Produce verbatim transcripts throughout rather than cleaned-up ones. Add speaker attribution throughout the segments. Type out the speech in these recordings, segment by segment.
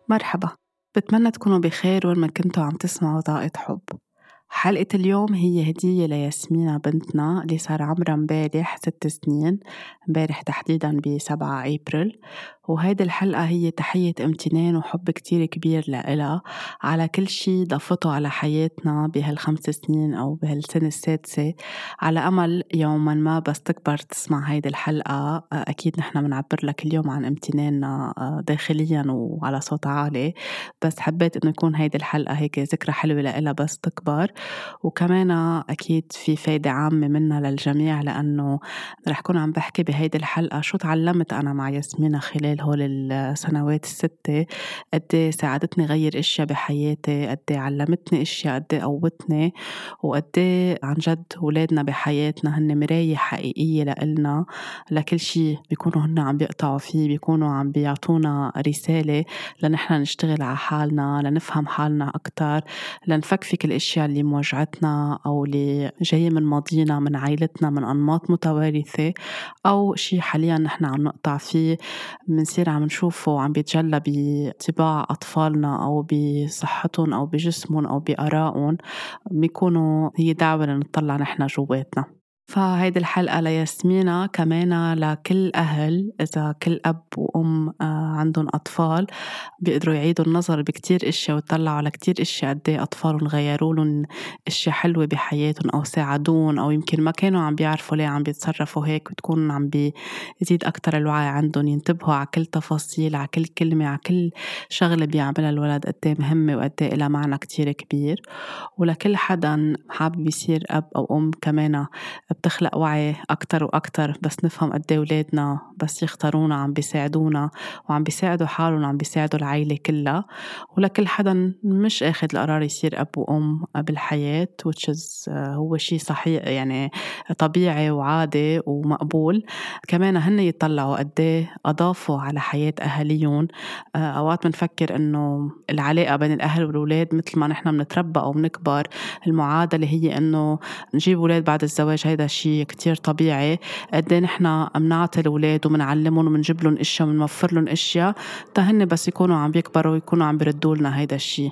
Speaker 1: مرحبا، بتمنى تكونوا بخير وين ما كنتوا عم تسمعوا طاقة حب. حلقة اليوم هي هدية لياسمينة بنتنا اللي صار عمرها مبارح ست سنين، مبارح تحديدا بسبعة أبريل. وهيدي الحلقة هي تحية امتنان وحب كتير كبير لإلها على كل شي ضفته على حياتنا بهالخمس سنين أو بهالسنة السادسة، على أمل يوما ما بس تكبر تسمع هيدي الحلقة أكيد نحن منعبر لك اليوم عن امتناننا داخليا وعلى صوت عالي. بس حبيت إنه يكون هيدي الحلقة هيك ذكرى حلوة لإلها بس تكبر، وكمان أكيد في فايدة عامة منها للجميع، لأنه رح كون عم بحكي بهيدي الحلقة شو تعلمت أنا مع ياسمينة خلال هول السنوات الستة، قد ساعدتني غير إشياء بحياتي، قد علمتني إشياء، قد قوتني، وقد عن جد ولادنا بحياتنا هن مراية حقيقية لإلنا، لكل شي بيكونوا هن عم بيقطعوا فيه، بيكونوا عم بيعطونا رسالة لنحن نشتغل على حالنا، لنفهم حالنا أكتر، لنفكفك الأشياء اللي موجعتنا أو اللي جاية من ماضينا، من عائلتنا، من أنماط متوارثة، أو شي حاليا نحن عم نقطع فيه منصير عم نشوفه وعم بيتجلى بطباع أطفالنا أو بصحتهم أو بجسمهم أو بآرائهم، بيكونوا هي دعوة لنطلع نحن جواتنا. فهيدي الحلقة لياسمينة كمان لكل أهل، إذا كل أب وأم عندهم أطفال بيقدروا يعيدوا النظر بكتير إشياء ويطلعوا على كتير إشياء قد إيه أطفالهم غيروا لهم إشياء حلوة بحياتهم أو ساعدون أو يمكن ما كانوا عم بيعرفوا ليه عم بيتصرفوا هيك، وتكون عم بيزيد أكتر الوعي عندهم، ينتبهوا على كل تفاصيل، على كل كلمة، على كل شغلة بيعملها الولد قد إيه مهمة وقد إيه لها معنى كتير كبير. ولكل حدا حابب يصير أب أو أم كمان بتخلق وعي أكتر وأكتر، بس نفهم قد إيه ولادنا بس يختارونا عم بيساعدونا وعم بيساعدوا حالهم، عم بيساعدوا العائلة كلها. ولكل حدا مش أخذ القرار يصير أب وأم بالحياة which is هو شيء صحيح يعني طبيعي وعادي ومقبول، كمان هن يطلعوا قد إيه أضافوا على حياة أهاليهم. أوقات بنفكر إنه العلاقة بين الأهل والولاد مثل ما نحن بنتربى أو بنكبر، المعادلة هي إنه نجيب ولاد بعد الزواج، هيدا شيء كتير طبيعي. قد إيه نحن بنعطي الولاد وبنعلمهم وبنجيب لهم أشياء وبنوفر لهم أشياء تهن بس يكونوا عم بيكبروا ويكونوا عم بيردوا لنا هيدا الشيء.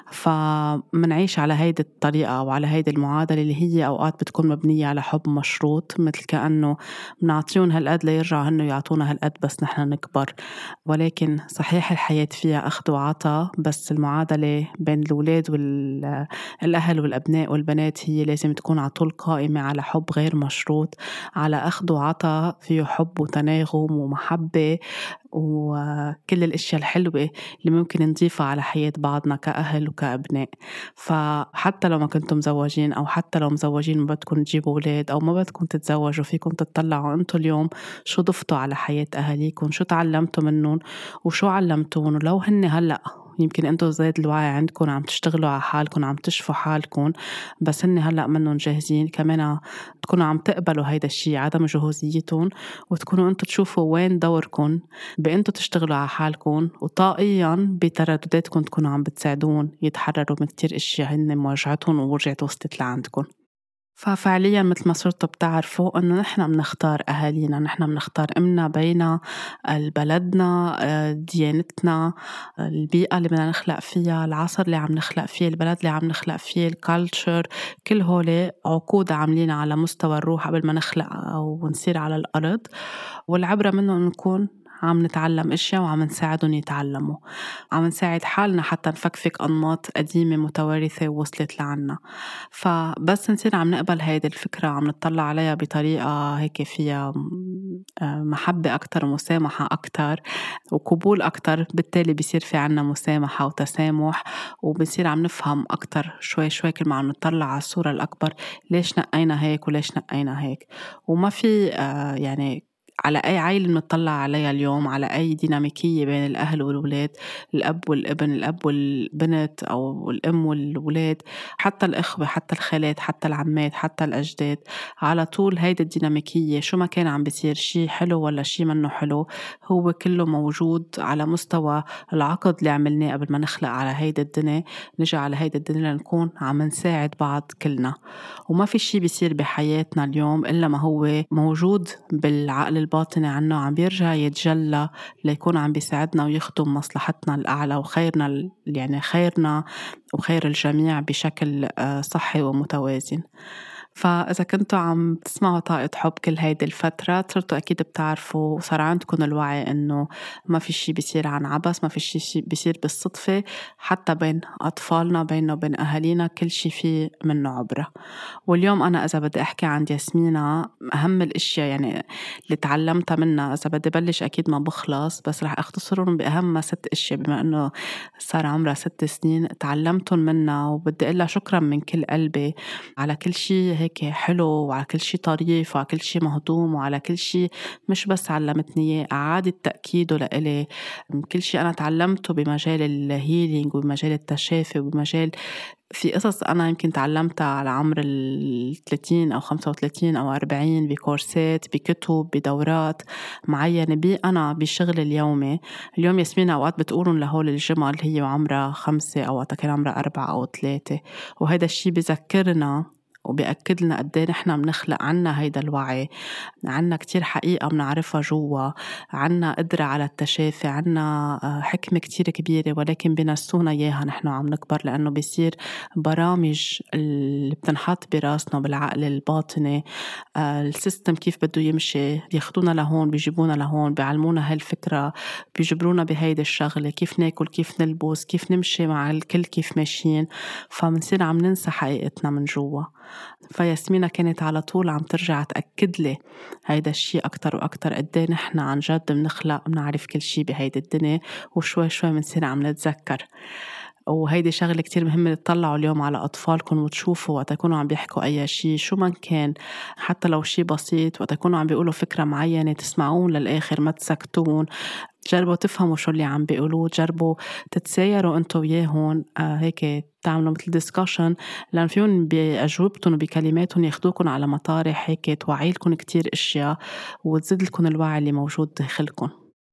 Speaker 1: فمنعيش على هيدي الطريقة أو على هيدي المعادلة اللي هي أوقات بتكون مبنية على حب مشروط، مثل كأنه بنعطيهم هالقد ليرجعوا هنو يعطونا هالقد بس نحن نكبر. ولكن صحيح الحياة فيها أخذ وعطا، بس المعادلة بين الولاد والأهل والأبناء والبنات هي لازم تكون على طول قائمة على حب غير مشروط، على أخذ وعطا فيه حب وتناغم ومحبة وكل الأشياء الحلوة اللي ممكن نضيفها على حياة بعضنا كأهل وكأبناء. فحتى لو ما كنتم مزوجين أو حتى لو مزوجين ما بدكم تجيبوا أولاد أو ما بدكم تتزوجوا، فيكم تطلعوا أنتوا اليوم شو ضفتوا على حياة أهاليكم، شو تعلمتوا منهم وشو علمتون. ولو هن هلأ يمكن أنتوا زايد الوعي عندكم عم تشتغلوا على حالكم، عم تشفوا حالكم، بس هن هلأ منهم جاهزين، كمان تكونوا عم تقبلوا هيدا الشيء عدم جهوزيتهم، وتكونوا أنتوا تشوفوا وين دوركم بأنتوا تشتغلوا على حالكم، وطاقيا بتردداتكم تكونوا عم بتساعدون يتحرروا من كتير اشياء هن مواجهتهم ورجعت وصلت لعندكم. ففعليا مثل ما صرتوا بتعرفوا انه نحن بنختار اهالينا، نحن بنختار امنا بينا، بلدنا، ديانتنا، البيئة اللي بدنا نخلق فيها، العصر اللي عم نخلق فيه، البلد اللي عم نخلق فيه، الكالتشر، كل هول عقود عاملين على مستوى الروح قبل ما نخلق او نصير على الارض. والعبرة منه نكون عم نتعلم اشياء وعم نساعدهم يتعلموا، عم نساعد حالنا حتى نفكفك انماط قديمة متوارثة وصلت لعنا. فبس نصير عم نقبل هيدي الفكرة، عم نطلع عليها بطريقة هيك فيها محبة أكتر، مسامحة أكتر وقبول أكتر، بالتالي بيصير في عنا مسامحة وتسامح، وبنصير عم نفهم أكتر شوي شوي كل ما عم نطلع على الصورة الأكبر ليش نقينا هيك وليش نقينا هيك. وما في يعني على أي عائلة بنطلع عليها اليوم، على أي ديناميكية بين الأهل والولاد، الأب والابن، الأب والبنت أو الأم والولاد، حتى الإخوة، حتى الخالات، حتى العمات، حتى الأجداد، على طول هيدا الديناميكية شو ما كان عم بيصير شي حلو ولا شي منه حلو، هو كله موجود على مستوى العقد اللي عملناه قبل ما نخلق على هيدا الدنيا، نجي على هيدا الدنيا لنكون عم نساعد بعض كلنا. وما في شي بيصير بحياتنا اليوم إلا ما هو موجود بالعقل الباطني عنا عم بيرجع يتجلى ليكون عم بيساعدنا ويخدم مصلحتنا الأعلى وخيرنا، يعني خيرنا وخير الجميع بشكل صحي ومتوازن. فإذا كنتوا عم تسمعوا طاقة حب كل هيدي الفترة، صرتوا أكيد بتعرفوا وصار عندكم الوعي إنه ما في شي بيصير عن عبس، ما في شي بيصير بالصدفة، حتى بين أطفالنا بيننا وبين أهالينا كل شي فيه منه عبرة. واليوم أنا إذا بدي أحكي عن ياسمينة، أهم الأشياء يعني اللي تعلمتها منها، إذا بدي بلش أكيد ما بخلص، بس رح أختصرهم بأهم ست أشياء بما أنه صار عمرها ست سنين تعلمتهم منها، وبدي أقولها شكرا من كل قلبي على كل شي هيك حلو، وعلى كل شي طريف، وعلى كل شي مهضوم، وعلى كل شي مش بس علمتني إياه، أعادت تأكيده لإلي. كل شي أنا تعلمته بمجال الهيلينج وبمجال التشافي وبمجال في قصص أنا يمكن تعلمتها على عمر الثلاثين أو خمسة وثلاثين أو أربعين بكورسات بكتب بدورات معينة بي أنا بشغل اليومي. اليوم ياسمينة أوقات بتقولن لهول الجمل هي وعمرها خمسة أو وقتها كان عمرها أربعة أو ثلاثة، وهذا الشي بذكرنا وبيأكد لنا قديه نحن بنخلق عنا هيدا الوعي، عنا كتير حقيقة بنعرفها جوا، عنا قدرة على التشافي، عنا حكمة كتير كبيرة، ولكن بنسونا إياها نحن عم نكبر، لأنه بيصير برامج اللي بتنحط براسنا بالعقل الباطني، السيستم كيف بده يمشي، بياخدونا لهون بيجيبونا لهون، بيعلمونا هالفكرة، بيجبرونا بهيدا الشغلة، كيف ناكل، كيف نلبس، كيف نمشي مع الكل، كيف ماشيين، فمنصير عم ننسى حقيقتنا من جوا. فياسمينة كانت على طول عم ترجع تأكد لي هيدا الشي أكتر وأكتر قديه نحن عن جد بنخلق بنعرف كل شي بهيدا الدنيا، وشوي شوي منصير عم نتذكر. وهيدي شغلة كتير مهمة تطلعوا اليوم على أطفالكم وتشوفوا وقت يكونوا عم بيحكوا أي شيء شو ما كان، حتى لو شيء بسيط، وقت يكونوا عم بيقولوا فكرة معينة تسمعون للآخر ما تسكتون، جربوا تفهموا شو اللي عم بيقولوه، جربوا تتسايروا انتو وياهن، آه هيك تعملوا مثل ديسكاشن، لأن فيهم بأجوبتهم وبكلماتهم ياخدوكم على مطارح هيك توعيلكم كتير اشياء وتزيد لكم الوعي اللي موجود داخلكم.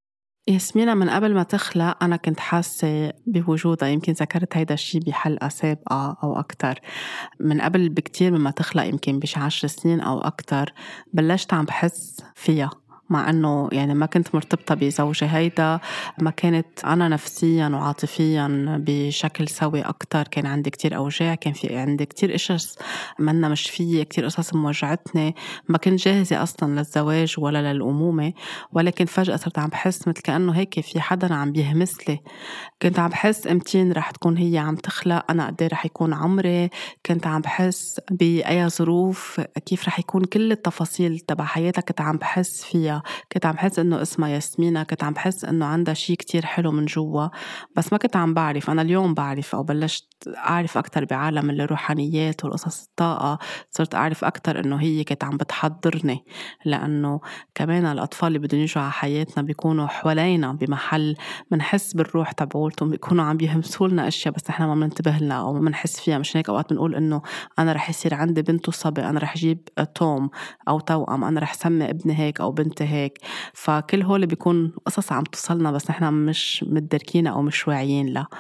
Speaker 1: ياسمينة من قبل ما تخلق أنا كنت حاسة بوجودها، يمكن ذكرت هيدا الشي بحلقة سابقة أو أكتر. من قبل بكتير مما تخلق يمكن بش عشر سنين أو أكتر بلشت عم بحس فيها، مع أنه يعني ما كنت مرتبطة بزوجي هيدا، ما كانت أنا نفسياً وعاطفياً بشكل سوي أكتر، كان عندي كتير أوجاع، كان في عندي كتير إشياء منا مش فيي، كتير قصص موجعتني، ما كنت جاهزة أصلاً للزواج ولا للأمومة. ولكن فجأة صرت عم بحس مثل كأنه هيك في حدا عم بيهمس لي، كنت عم بحس امتين رح تكون هي عم تخلق، أنا قدي رح يكون عمري، كنت عم بحس بأي ظروف كيف رح يكون كل التفاصيل تبع حياتها كنت عم بحس فيها، كنت عم بحس إنه اسمها ياسمينة، كنت عم بحس إنه عندها شيء كتير حلو من جوا، بس ما كنت عم بعرف. أنا اليوم بعرف أو بلشت أعرف أكتر بعالم الروحانيات والقصص الطاقة، صرت أعرف أكتر إنه هي كنت عم بتحضرني، لأنه كمان الأطفال اللي بدهم يجوا على حياتنا بيكونوا حوالينا بمحل منحس بالروح تبعولتهم، بيكونوا عم يهمسولنا أشياء بس إحنا ما منتبه لنا أو ما منحس فيها. مش هيك أوقات بنقول إنه أنا رح يصير عندي بنت وصبي، أنا رح جيب توم أو توأم، أنا رح سمي ابني هيك أو بنتي هيك، فكل هول بيكون قصص عم توصلنا بس نحن مش مدركينها أو مش واعيين لها.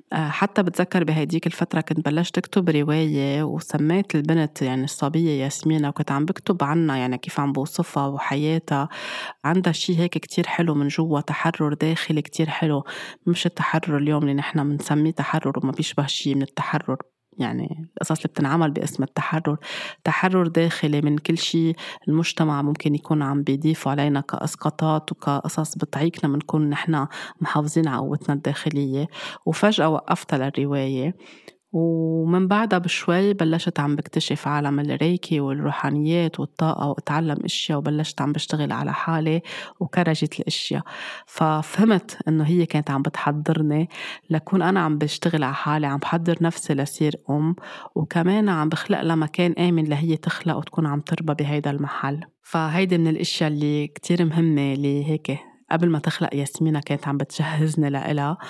Speaker 1: حتى بتذكر بهيديك الفترة كنت بلشت أكتب رواية وسميت البنت يعني الصبية ياسمينة، وكنت عم بكتب عنها يعني كيف عم بوصفها وحياتها. عندها شيء هيك كتير حلو من جوا، تحرر داخلي كتير حلو، مش التحرر اليوم اللي نحن منسميه تحرر وما بيشبه شيء من التحرر، يعني القصص اللي بتنعمل باسم التحرر، تحرر داخلي من كل شيء المجتمع ممكن يكون عم بيضيفوا علينا كأسقاطات وكقصص بتعيقنا من كون نحن محافظين على قوتنا الداخلية. وفجأة وقفتها للرواية، ومن بعدها بشوي بلشت عم بكتشف عالم الريكي والروحانيات والطاقة واتعلم اشياء، وبلشت عم بشتغل على حالي وكرجت الاشياء. ففهمت انه هي كانت عم بتحضرني لكون انا عم بشتغل على حالي، عم بحضر نفسي لصير ام، وكمان عم بخلق لها مكان آمن لهي تخلق وتكون عم تربى بهيدا المحل. فهيدي من الاشياء اللي كتير مهمة اللي هيك قبل ما تخلق ياسمينة كانت عم بتجهزني لإلها.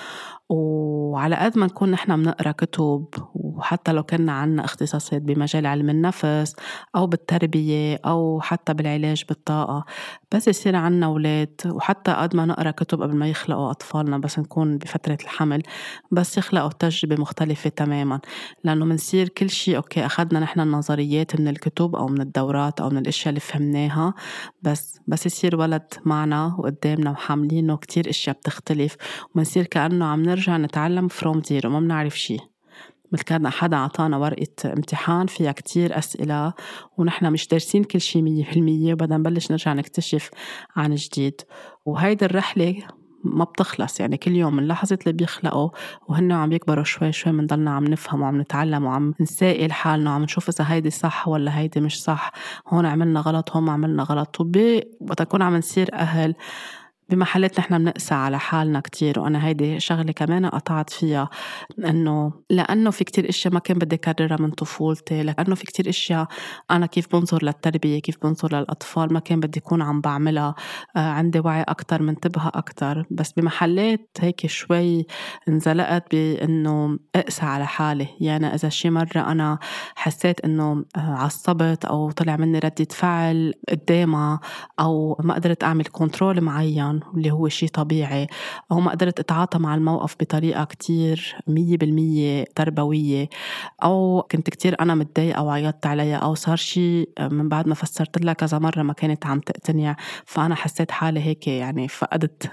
Speaker 1: وعلى قد ما نكون نحن منقرأ كتب، وحتى لو كنا عنا اختصاصات بمجال علم النفس أو بالتربية أو حتى بالعلاج بالطاقة، بس يصير عنا أولاد، وحتى قد ما نقرأ كتب قبل ما يخلقوا أطفالنا بس نكون بفترة الحمل، بس يخلقوا تجربة مختلفة تماماً. لأنه منصير كل شيء أوكي أخذنا نحن النظريات من الكتب أو من الدورات أو من الأشياء اللي فهمناها، بس بس يصير ولد معنا وقدامنا وحاملينه كتير أشياء بتختلف، ومنصير كأنه عم نرجع نتعلم from zero، ما بنعرف شي. مثل كان حدا عطانا ورقة امتحان فيها كتير أسئلة ونحن مش دارسين كل شي مية بالمية، وبدنا نبلش نرجع نكتشف عن جديد. وهيدا الرحلة ما بتخلص، يعني كل يوم من لحظة اللي بيخلقوا وهن عم يكبروا شوي شوي منضلنا عم نفهم وعم نتعلم وعم نسائل حالنا وعم نشوف إذا هيدي صح ولا هيدي مش صح، هون عملنا غلط هون عملنا غلط. وبتكون عم نصير أهل بمحلات نحن بنقسى على حالنا كتير. وأنا هيدي شغلة كمان قطعت فيها، إنه لأنه في كتير إشياء ما كان بدي كررها من طفولتي، لأنه في كتير إشياء أنا كيف بنظر للتربية كيف بنظر للأطفال ما كان بدي يكون عم بعملها. آه عندي وعي أكتر منتبه أكتر، بس بمحلات هيك شوي انزلقت بأنه أقسى على حالي. يعني إذا شي مرة أنا حسيت إنه عصبت أو طلع مني ردة فعل قدامها أو ما قدرت أعمل كنترول معين اللي هو شيء طبيعي، أو ما قدرت أتعاطى مع الموقف بطريقة كتير مية بالمية تربوية، أو كنت كتير أنا متضايقة وعيطت عليها، أو صار شيء من بعد ما فسرت لها كذا مرة ما كانت عم تقتنع، فأنا حسيت حالي هيك يعني فقدت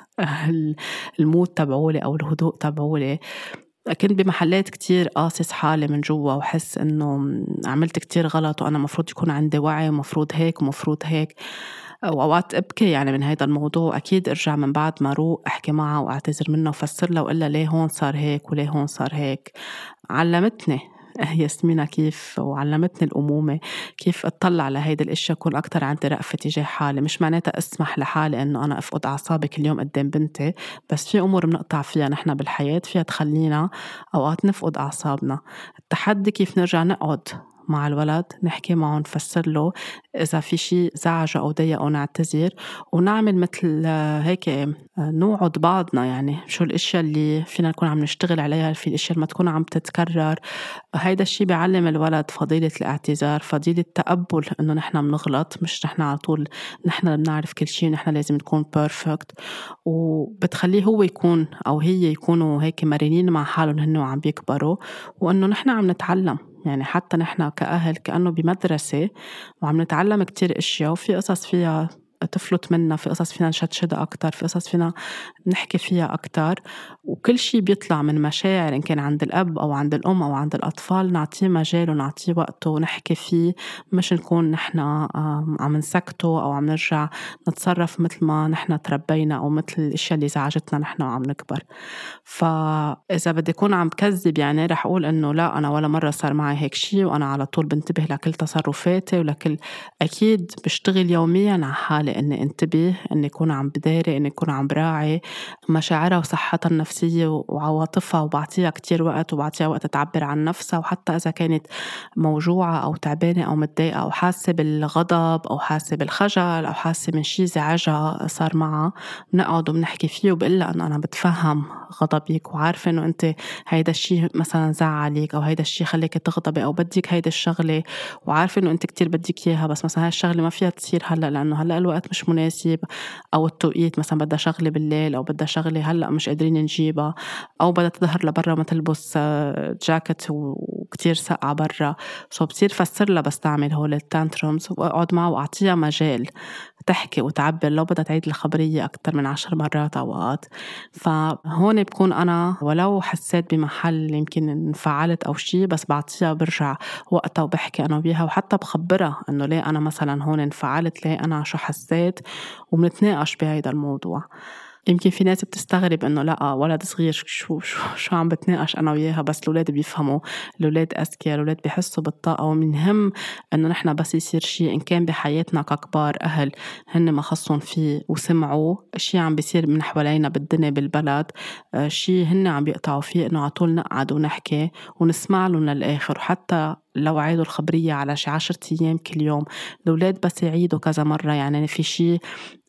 Speaker 1: المود تبعولي أو الهدوء تبعولي. كنت بمحلات كتير قاصص حالي من جوا وحس إنه عملت كتير غلط وأنا مفروض يكون عندي وعي ومفروض هيك ومفروض هيك. وأوقات أبكي يعني من هيدا الموضوع. أكيد أرجع من بعد ما روق أحكي معها وأعتذر منها وفسر لها وإلا ليه هون صار هيك وليه هون صار هيك. علمتني ياسمينة كيف، وعلمتني الأمومة كيف أطلع على هيدا الأشياء، كون أكتر عندي رأفة تجاه حالي. مش معناتها أسمح لحالي أنه أنا أفقد أعصابي كل يوم قدام بنتي، بس في أمور بنقطع فيها نحن بالحياة فيها تخلينا أوقات نفقد أعصابنا. التحدي كيف نرجع نقعد مع الولد نحكي معه نفسر له إذا في شيء زعجه أو ضيقه أو نعتذر، ونعمل مثل هيك نوعد بعضنا يعني شو الأشياء اللي فينا نكون عم نشتغل عليها، في الأشياء اللي ما تكون عم تتكرر. هيدا الشيء بيعلم الولد فضيلة الاعتذار، فضيلة التقبل إنه نحن بنغلط، مش نحن على طول نحن اللي بنعرف كل شيء نحن لازم نكون بيرفكت. وبتخليه هو يكون أو هي يكونوا هيك مرنين مع حالهم هنو عم بيكبروا، وإنه نحن عم نتعلم. يعني حتى نحن كأهل كأنه بمدرسة وعم نتعلم كتير إشياء، وفي قصص فيها تفلت منا، في قصص فينا نشدشدها أكتر، في قصص فينا نحكي فيها أكتر. وكل شيء بيطلع من مشاعر إن كان عند الأب أو عند الأم أو عند الأطفال نعطيه مجال ونعطيه وقته ونحكي فيه، مش نكون نحن عم نسكته أو عم نرجع نتصرف مثل ما نحن تربينا أو مثل الأشياء اللي زعجتنا نحن وعم نكبر. فإذا بدي أكون عم بكذب يعني رح أقول إنه لا، أنا ولا مرة صار معي هيك شيء، وأنا على طول بنتبه لكل تصرفاتي ولكل. أكيد بشتغل يوميا على حالي إني انتبه، إني أكون عم بداري، إني أكون عم براعي مشاعرها وصحتها النفسية وعواطفها، وبعطيها كتير وقت وبعطيها وقت تعبر عن نفسها. وحتى إذا كانت موجوعة أو تعبانة أو متضايقة أو حاسة بالغضب أو حاسة بالخجل أو حاسة من شي زعجها صار معها، بنقعد وبنحكي فيه وبقلها أنه أنا بتفهم غضبك وعارفة أنه أنت هيدا الشي مثلا زعلك أو هيدا الشي خليك تغضبي أو بدك هيدا الشغلة، وعارفة أنه أنت كتير بدك إياها، بس مثلا هاي الشغلة ما فيها تصير هلأ لأنه هلأ الوقت مش مناسب، أو التوقيت مثلا بدها شغلة بالليل أو بدها شغلة هلأ مش قادرين نجيبها، أو بدها تظهر لبرا ما تلبس جاكيت وكتير سقعة برا. سو بصير فسر لها بستعمل هول التانترمز وأقعد معه وأعطيها مجال تحكي وتعبر لو بدها تعيد الخبرية أكتر من عشر مرات أوقات. فهون بكون أنا ولو حسيت بمحل يمكن انفعلت أو شي، بس بعطيها برجع وقتها وبحكي أنا وياها، وحتى بخبرها أنه ليه أنا مثلا هون انفعلت، ليه أنا شو حسيت، وبنتناقش بهيدا الموضوع. يمكن في ناس بتستغرب إنه لأ ولد صغير شو شو شو عم بتناقش أنا وياها، بس الأولاد بيفهموا، الأولاد أذكياء، الأولاد بيحسوا بالطاقة. ومنهم إنه نحنا بس يصير شيء إن كان بحياتنا ككبار أهل هن ما خصهم فيه وسمعوا شيء عم بيصير من حوالينا بالدنيا بالبلد، شيء هن عم بيقطعوا فيه، إنه عطول نقعد ونحكي ونسمع لهم للآخر. وحتى لو عيدوا الخبرية على شي عشرة أيام كل يوم، الأولاد بس يعيدوا كذا مرة. يعني في شيء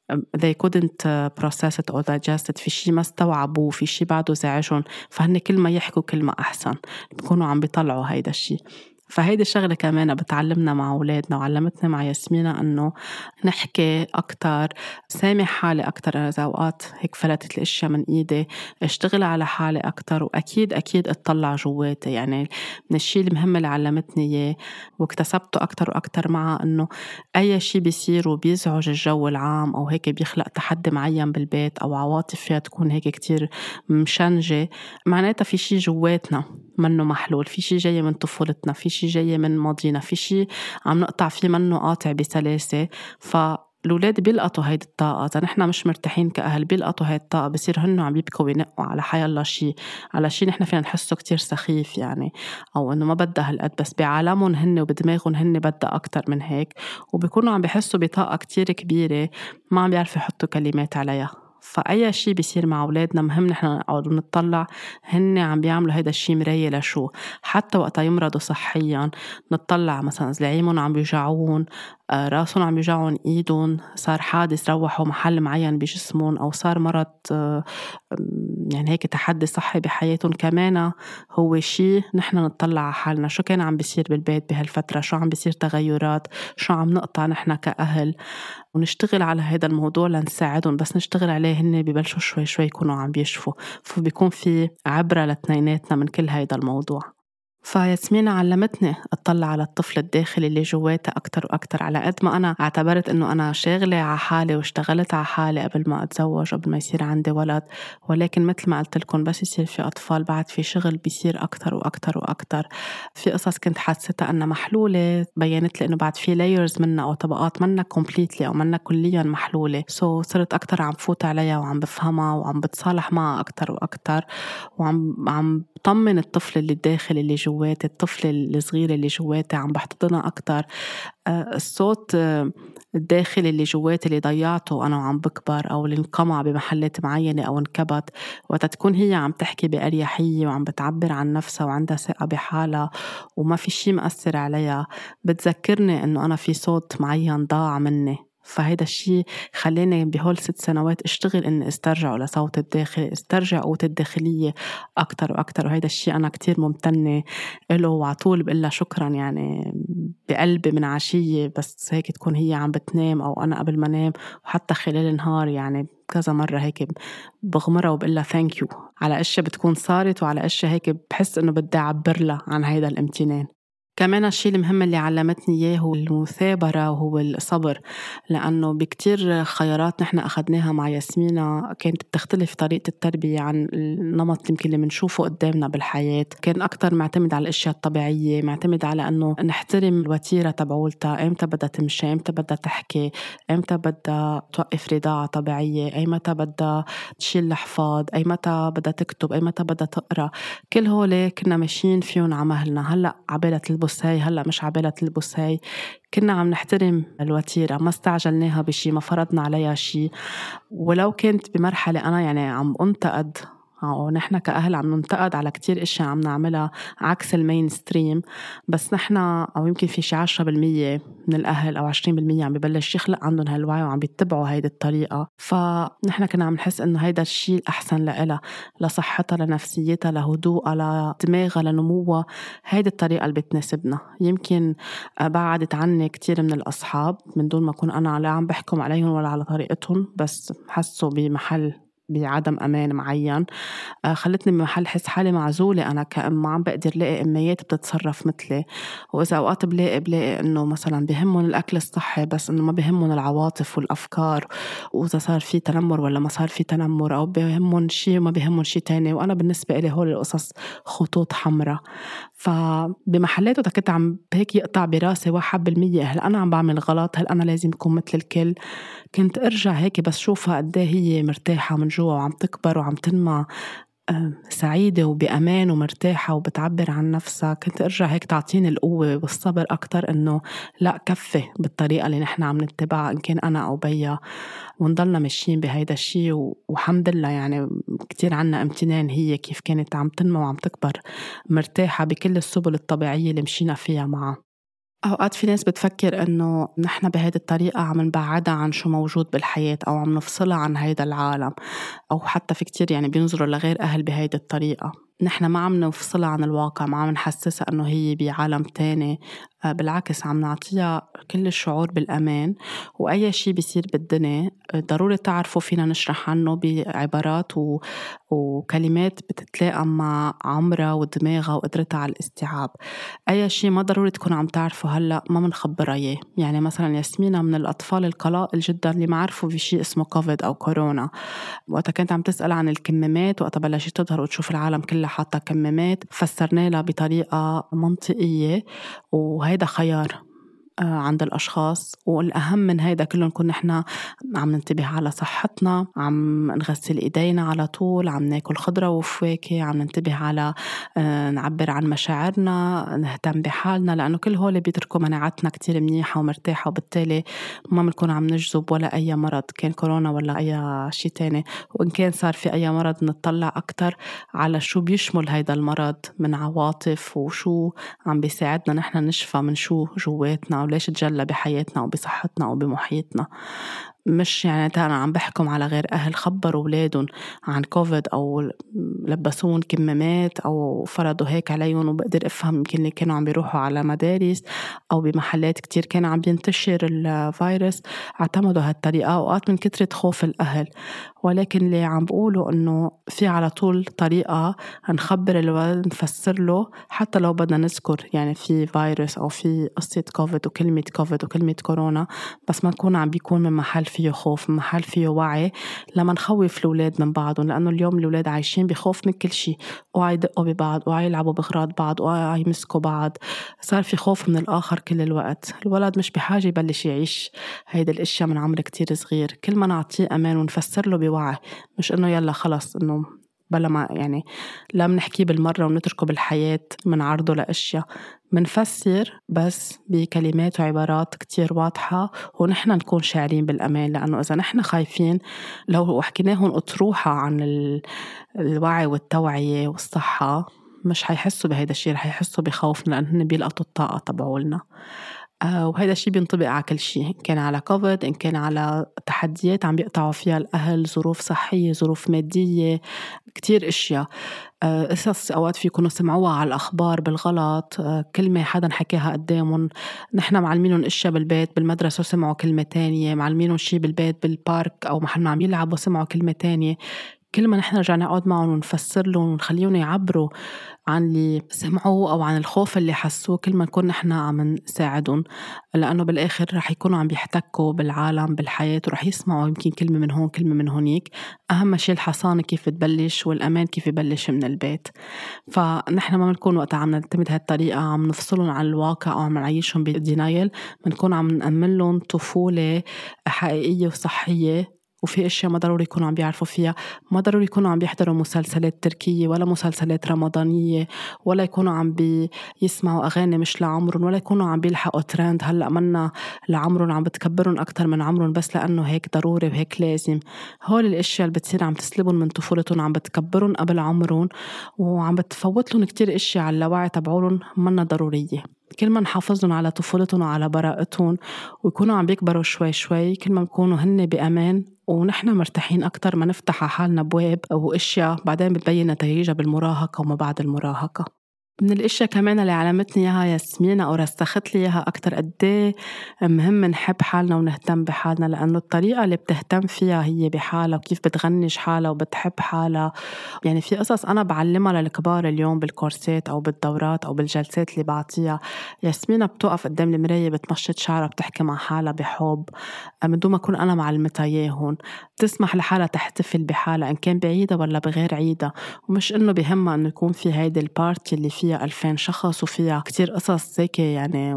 Speaker 1: they couldn't process it or digest it، في شي ما استوعبوه، في شي بعده زعجهم، فهن كل ما يحكوا كل ما أحسن، بيكونوا عم بيطلعوا هيدا الشي. فهيدي الشغلة كمان بتعلمنا مع أولادنا وعلمتنا مع ياسمينة إنه نحكي أكتر، سامح حالي أكتر. أنا إذا أوقات هيك فلتت الأشياء من إيدي اشتغل على حالي أكتر، وأكيد أكيد اطلع جواتي. يعني من الشي المهم اللي علمتني إياه واكتسبته أكتر وأكتر معها إنه أي شي بيصير وبيزعج الجو العام أو هيك بيخلق تحدي معين بالبيت أو عواطف فيها تكون هيك كتير مشنجة، معناتها في شي جواتنا منه محلول، في شي جاي من طفولتنا، في شي جاي من ماضينا، في شي عم نقطع فيه منه قاطع بسلاسة. فالولاد بيلقطوا هيدي الطاقة، إذا نحن مش مرتاحين كأهل بيلقطوا هيدي الطاقة، بصير هنو عم يبكوا وينقوا على حي الله شي، على شي نحن فينا نحسه كتير سخيف يعني، أو إنه ما بدها هالقد، بس بعالمهم هن وبدماغهم هن بدها أكتر من هيك، وبيكونوا عم بيحسوا بطاقة كتير كبيرة ما عم بيعرفوا يحطوا كلمات عليها. فأي شي بيصير مع أولادنا مهم نحن نقعد ونطلع هن عم بيعملوا هيدا الشي مراية لشو، حتى وقتا يمرضوا صحيا نطلع مثلا زلعيمون عم بيوجعون، راسهم عم بيوجعون، ايدهم صار حادث روحوا محل معين بجسمهم، أو صار مرض يعني هيك تحدي صحي بحياتهم، كمان هو شي نحن نطلع على حالنا شو كان عم بيصير بالبيت بهالفترة، شو عم بيصير تغيرات، شو عم نقطع نحن كأهل، ونشتغل على هذا الموضوع لنساعدهم. بس نشتغل عليه هن ببلشوا شوي شوي يكونوا عم بيشفوا، فبيكون في عبرة لتنيناتنا من كل هذا الموضوع. فياسمينة علمتني أطلع على الطفل الداخلي اللي جواتي أكتر وأكتر. على قد ما أنا اعتبرت أنه أنا شاغلة على حالي واشتغلت على حالي قبل ما أتزوج قبل ما يصير عندي ولد، ولكن مثل ما قلت لكم بس يصير في أطفال بعد في شغل بيصير أكتر وأكتر وأكتر. في قصص كنت حاستها أنها محلولة، بيّنت لي أنه بعد في layers منها أو طبقات منها completely أو منها كليا محلولة. so صرت أكتر عم فوت عليها وعم بفهمها وعم بتصالح معها أكتر وأكتر، وعم عم طمن الطفل اللي الداخل اللي جواتي، الطفل الصغير اللي جواتي عم بحتضنها أكتر. الصوت الداخلي اللي جواتي اللي ضيعته أنا وعم بكبر أو اللي انقمع بمحلات معينة أو انكبت، وقت تكون هي عم تحكي بأريحية وعم بتعبر عن نفسها وعندها ثقة بحالها وما في شي مأثر عليها، بتذكرني أنه أنا في صوت معين ضاع مني. فهيدا الشي خليني بهول ست سنوات اشتغل اني استرجعه لصوت الداخل، استرجع قوة الداخلية اكتر واكتر. وهيدا الشي انا كتير ممتنة له وعطول بقلها شكرا يعني بقلبي من عشية، بس هيك تكون هي عم بتنام او انا قبل ما نام، وحتى خلال النهار يعني كذا مرة هيك بغمرها وبقلها ثانك يو على اشياء بتكون صارت وعلى اشياء هيك بحس انه بدي اعبر لها عن هيدا الامتنان. كمان الشيء المهم اللي علمتني إياه هو المثابرة وهو الصبر، لأنه بكتير خيارات نحن أخدناها مع ياسمينة كانت بتختلف طريقة التربية عن النمط يمكن اللي منشوفه قدامنا بالحياة. كان أكتر معتمد على الأشياء الطبيعية، معتمد على أنه نحترم الوتيرة تبعولتها، إمتى بدها تمشي، إمتى بدها تحكي، إمتى بدها توقف رضاعة طبيعية، أي متى بدها تشيل الحفاض، أي متى بدها تكتب، أي متى بدها تقرأ. كل هول كنا ماشيين فيهم عمهلنا. هلأ عبالة تلبس هاي، هلأ مش عبالة تلبس هاي، كنا عم نحترم الوتيرة، ما استعجلناها بشي، ما فرضنا عليها شي. ولو كنت بمرحلة أنا يعني عم أنتقد أو نحن كأهل عم ننتقد على كتير إشياء عم نعملها عكس المين ستريم، بس نحن أو يمكن في شي عشرة بالمية من الأهل أو عشرين بالمية عم ببلش يخلق عندهم هالوعي وعم بيتبعوا هيدي الطريقة. فنحن كنا عم نحس إنه هيدا الشي الأحسن لإلها، لصحتها، لنفسيتها، لهدوءها، لدماغها، لنموها. هيدي الطريقة اللي بتناسبنا. يمكن بعدت عني كتير من الأصحاب من دون ما أكون أنا لا عم بحكم عليهم ولا على طريقتهم، بس حسوا بمحل بعدم أمان معين، خلتني بمحل حس حالي معزولة. أنا كأم ما عم بقدر لاقي أميات بتتصرف مثلي، وإذا أوقات بلاقي بلاقي إنه مثلا بهمهم الأكل الصحي بس إنه ما بهمهم العواطف والأفكار، وإذا صار في تنمر ولا ما صار في تنمر، أو بهمهم شيء وما بهمهم شيء تاني. وأنا بالنسبة إلي هول القصص خطوط حمراء. فبمحلاته كنت عم هيك يقطع براسي واحد بالمية، هل أنا عم بعمل غلط؟ هل أنا لازم أكون مثل الكل؟ كنت أرجع هيك بس شوفها قد ايه هي مرتاحة من جوا وعم تكبر وعم تنمى سعيدة وبأمان ومرتاحة وبتعبر عن نفسها، كنت أرجع هيك تعطيني القوة والصبر أكتر إنه لا كفي بالطريقة اللي نحن عم نتبعها إن كان أنا أو بيا، ونضلنا ماشيين بهيدا الشي. وحمد لله يعني كتير عنا امتنان هي كيف كانت عم تنمى وعم تكبر مرتاحة بكل السبل الطبيعية اللي مشينا فيها معها. أوقات في ناس بتفكر إنه نحن بهيدي الطريقة عم نبعدها عن شو موجود بالحياة أو عم نفصلها عن هيدا العالم، أو حتى في كتير يعني بينظروا لغير أهل بهيدي الطريقة. نحن ما عم نفصلها عن الواقع، ما عم نحسسها إنه هي بعالم تاني، آه، بالعكس عم نعطيها كل الشعور بالأمان. وأي شي بيصير بالدنيا آه، ضروري تعرفوا فينا نشرح عنه بعبارات و... وكلمات بتتلائم مع عمرها ودماغها وقدرتها على الاستيعاب. أي شي ما ضروري تكونوا عم تعرفوا هلأ ما منخبرها إياه. يعني مثلا ياسمينة من الأطفال القلائل جدا اللي ما عرفوا في شي اسمه كوفيد أو كورونا. وقتها كانت عم تسأل عن الكمامات، وقتها بلشت تظهر وتشوف العالم كلها حاطة كمامات، فسرنا لها بطريقة منطقية، وهيدا خيار عند الأشخاص. والأهم من هيدا كله نكون نحنا عم ننتبه على صحتنا، عم نغسل إيدينا على طول، عم ناكل خضرة وفواكه، عم ننتبه على نعبر عن مشاعرنا، نهتم بحالنا، لأنه كل هول بيتركوا مناعتنا كتير منيحة ومرتاحة، وبالتالي ما منكون عم نجذب ولا أي مرض كان كورونا ولا أي شيء تاني. وإن كان صار في أي مرض نطلع أكتر على شو بيشمل هيدا المرض من عواطف، وشو عم بيساعدنا نحن نشفى من شو جواتنا، وليش تجلى بحياتنا وبصحتنا وبمحيطنا. مش يعني أنا عم بحكم على غير أهل خبروا أولادهم عن كوفيد أو لبسون كمامات أو فرضوا هيك عليهم. وبقدر أفهم يمكن اللي كانوا عم بيروحوا على مدارس أو بمحلات كتير كان عم بينتشر الفيروس اعتمدوا هالطريقة أوقات من كترة خوف الأهل. ولكن اللي عم بقوله إنه في على طول طريقة نخبر الولد، نفسر له حتى لو بدنا نذكر يعني في فيروس أو في قصة كوفيد وكلمة كوفيد وكلمة كورونا، بس ما نكون عم بيكون من محل فيه خوف، من محل فيه وعي، لما نخوف الأولاد من بعضهم. لأنه اليوم الأولاد عايشين بخوف من كل شيء، وعي يدقوا ببعض، وعي يلعبوا بغراض بعض، وعي يمسكوا بعض. صار في خوف من الآخر كل الوقت. الولد مش بحاجة يبلش يعيش هيدا الاشياء من عمر كتير صغير. كل ما نعطيه أمان ونفسر له بوعي، مش إنه يلا خلص إنه بلا ما يعني لا منحكيه بالمرة ونتركه بالحياة من عرضه لأشياء. منفسر بس بكلمات وعبارات كتير واضحة، ونحن نكون شاعرين بالأمان. لأنه إذا نحن خايفين لو حكيناهم أطروحة عن الوعي والتوعية والصحة، مش حيحسوا بهيدا الشيء، رح يحسوا بخوف، لأنهم بيلقطوا الطاقة تبعولنا. آه وهذا الشيء بينطبق على كل شيء، إن كان على كوفيد، إن كان على تحديات عم بيقطعوا فيها الأهل، ظروف صحية، ظروف مادية، كتير إشياء. آه قصص أوقات في يكونوا سمعوها على الأخبار بالغلط، آه كلمة حدا حكاها قدامهم، نحن معلمينهم إشياء بالبيت بالمدرسة وسمعوا كلمة تانية، معلمينهم شيء بالبيت بالبارك أو محل ما عم يلعبوا سمعوا كلمة تانية. كل ما نحن رجع نقعد معهم ونفسر لهم ونخليهم يعبروا عن اللي سمعوه أو عن الخوف اللي حسوه، كل ما نكون نحن عم نساعدهم. لأنه بالآخر رح يكونوا عم بيحتكوا بالعالم بالحياة، ورح يسمعوا يمكن كلمة من هون كلمة من هونيك. أهم شيء الحصانة كيف تبلش، والأمان كيف يبلش من البيت. فنحن ما بنكون وقت عم نعتمد هالطريقة عم نفصلهم عن الواقع أو عم نعيشهم بدينايل، بنكون عم نأمن لهم طفولة حقيقية وصحية. وفي اشياء ما ضروري يكونوا عم بيعرفوا فيها، ما ضروري يكونوا عم بيحضروا مسلسلات تركية ولا مسلسلات رمضانية، ولا يكونوا عم بيسمعوا اغاني مش لعمرهم، ولا يكونوا عم بيلحقوا ترند هلا منا لعمرهم عم بتكبرهم اكتر من عمرهم بس لانه هيك ضروري وهيك لازم. هول الاشياء اللي بتصير عم تسلبهم من طفولتهم، عم بتكبرهم قبل عمرهم، وعم بتفوت لهم كتير اشياء على اللاوعي تبعولهم منا ضرورية. كل ما نحافظهم على طفولتهم وعلى براءتهم ويكونوا عم بيكبروا شوي شوي، كل ما بيكونوا هن بأمان ونحن مرتاحين أكتر ما نفتح على حالنا بواب وإشياء بعدين بتبين نتائجها بالمراهقة وما بعد المراهقة. من الاشياء كمان اللي علمتني اياها ياسمين او رسخت لي اياها اكتر قد مهم نحب حالنا ونهتم بحالنا، لانه الطريقه اللي بتهتم فيها هي بحالها وكيف بتغنج حالها وبتحب حالها. يعني في قصص انا بعلمها للكبار اليوم بالكورسات او بالدورات او بالجلسات اللي بعطيها. ياسمين بتوقف قدام المرايه بتمشط شعرها بتحكي مع حالها بحب من دون ما اكون انا معلمتها اياهم. بتسمح لحالها تحتفل بحالها ان كان بعيدها ولا بغير عيدها، ومش انه بهمها انه يكون في هيدي البارتي اللي فيها ألفين شخص وفيها كتير قصص زيك يعني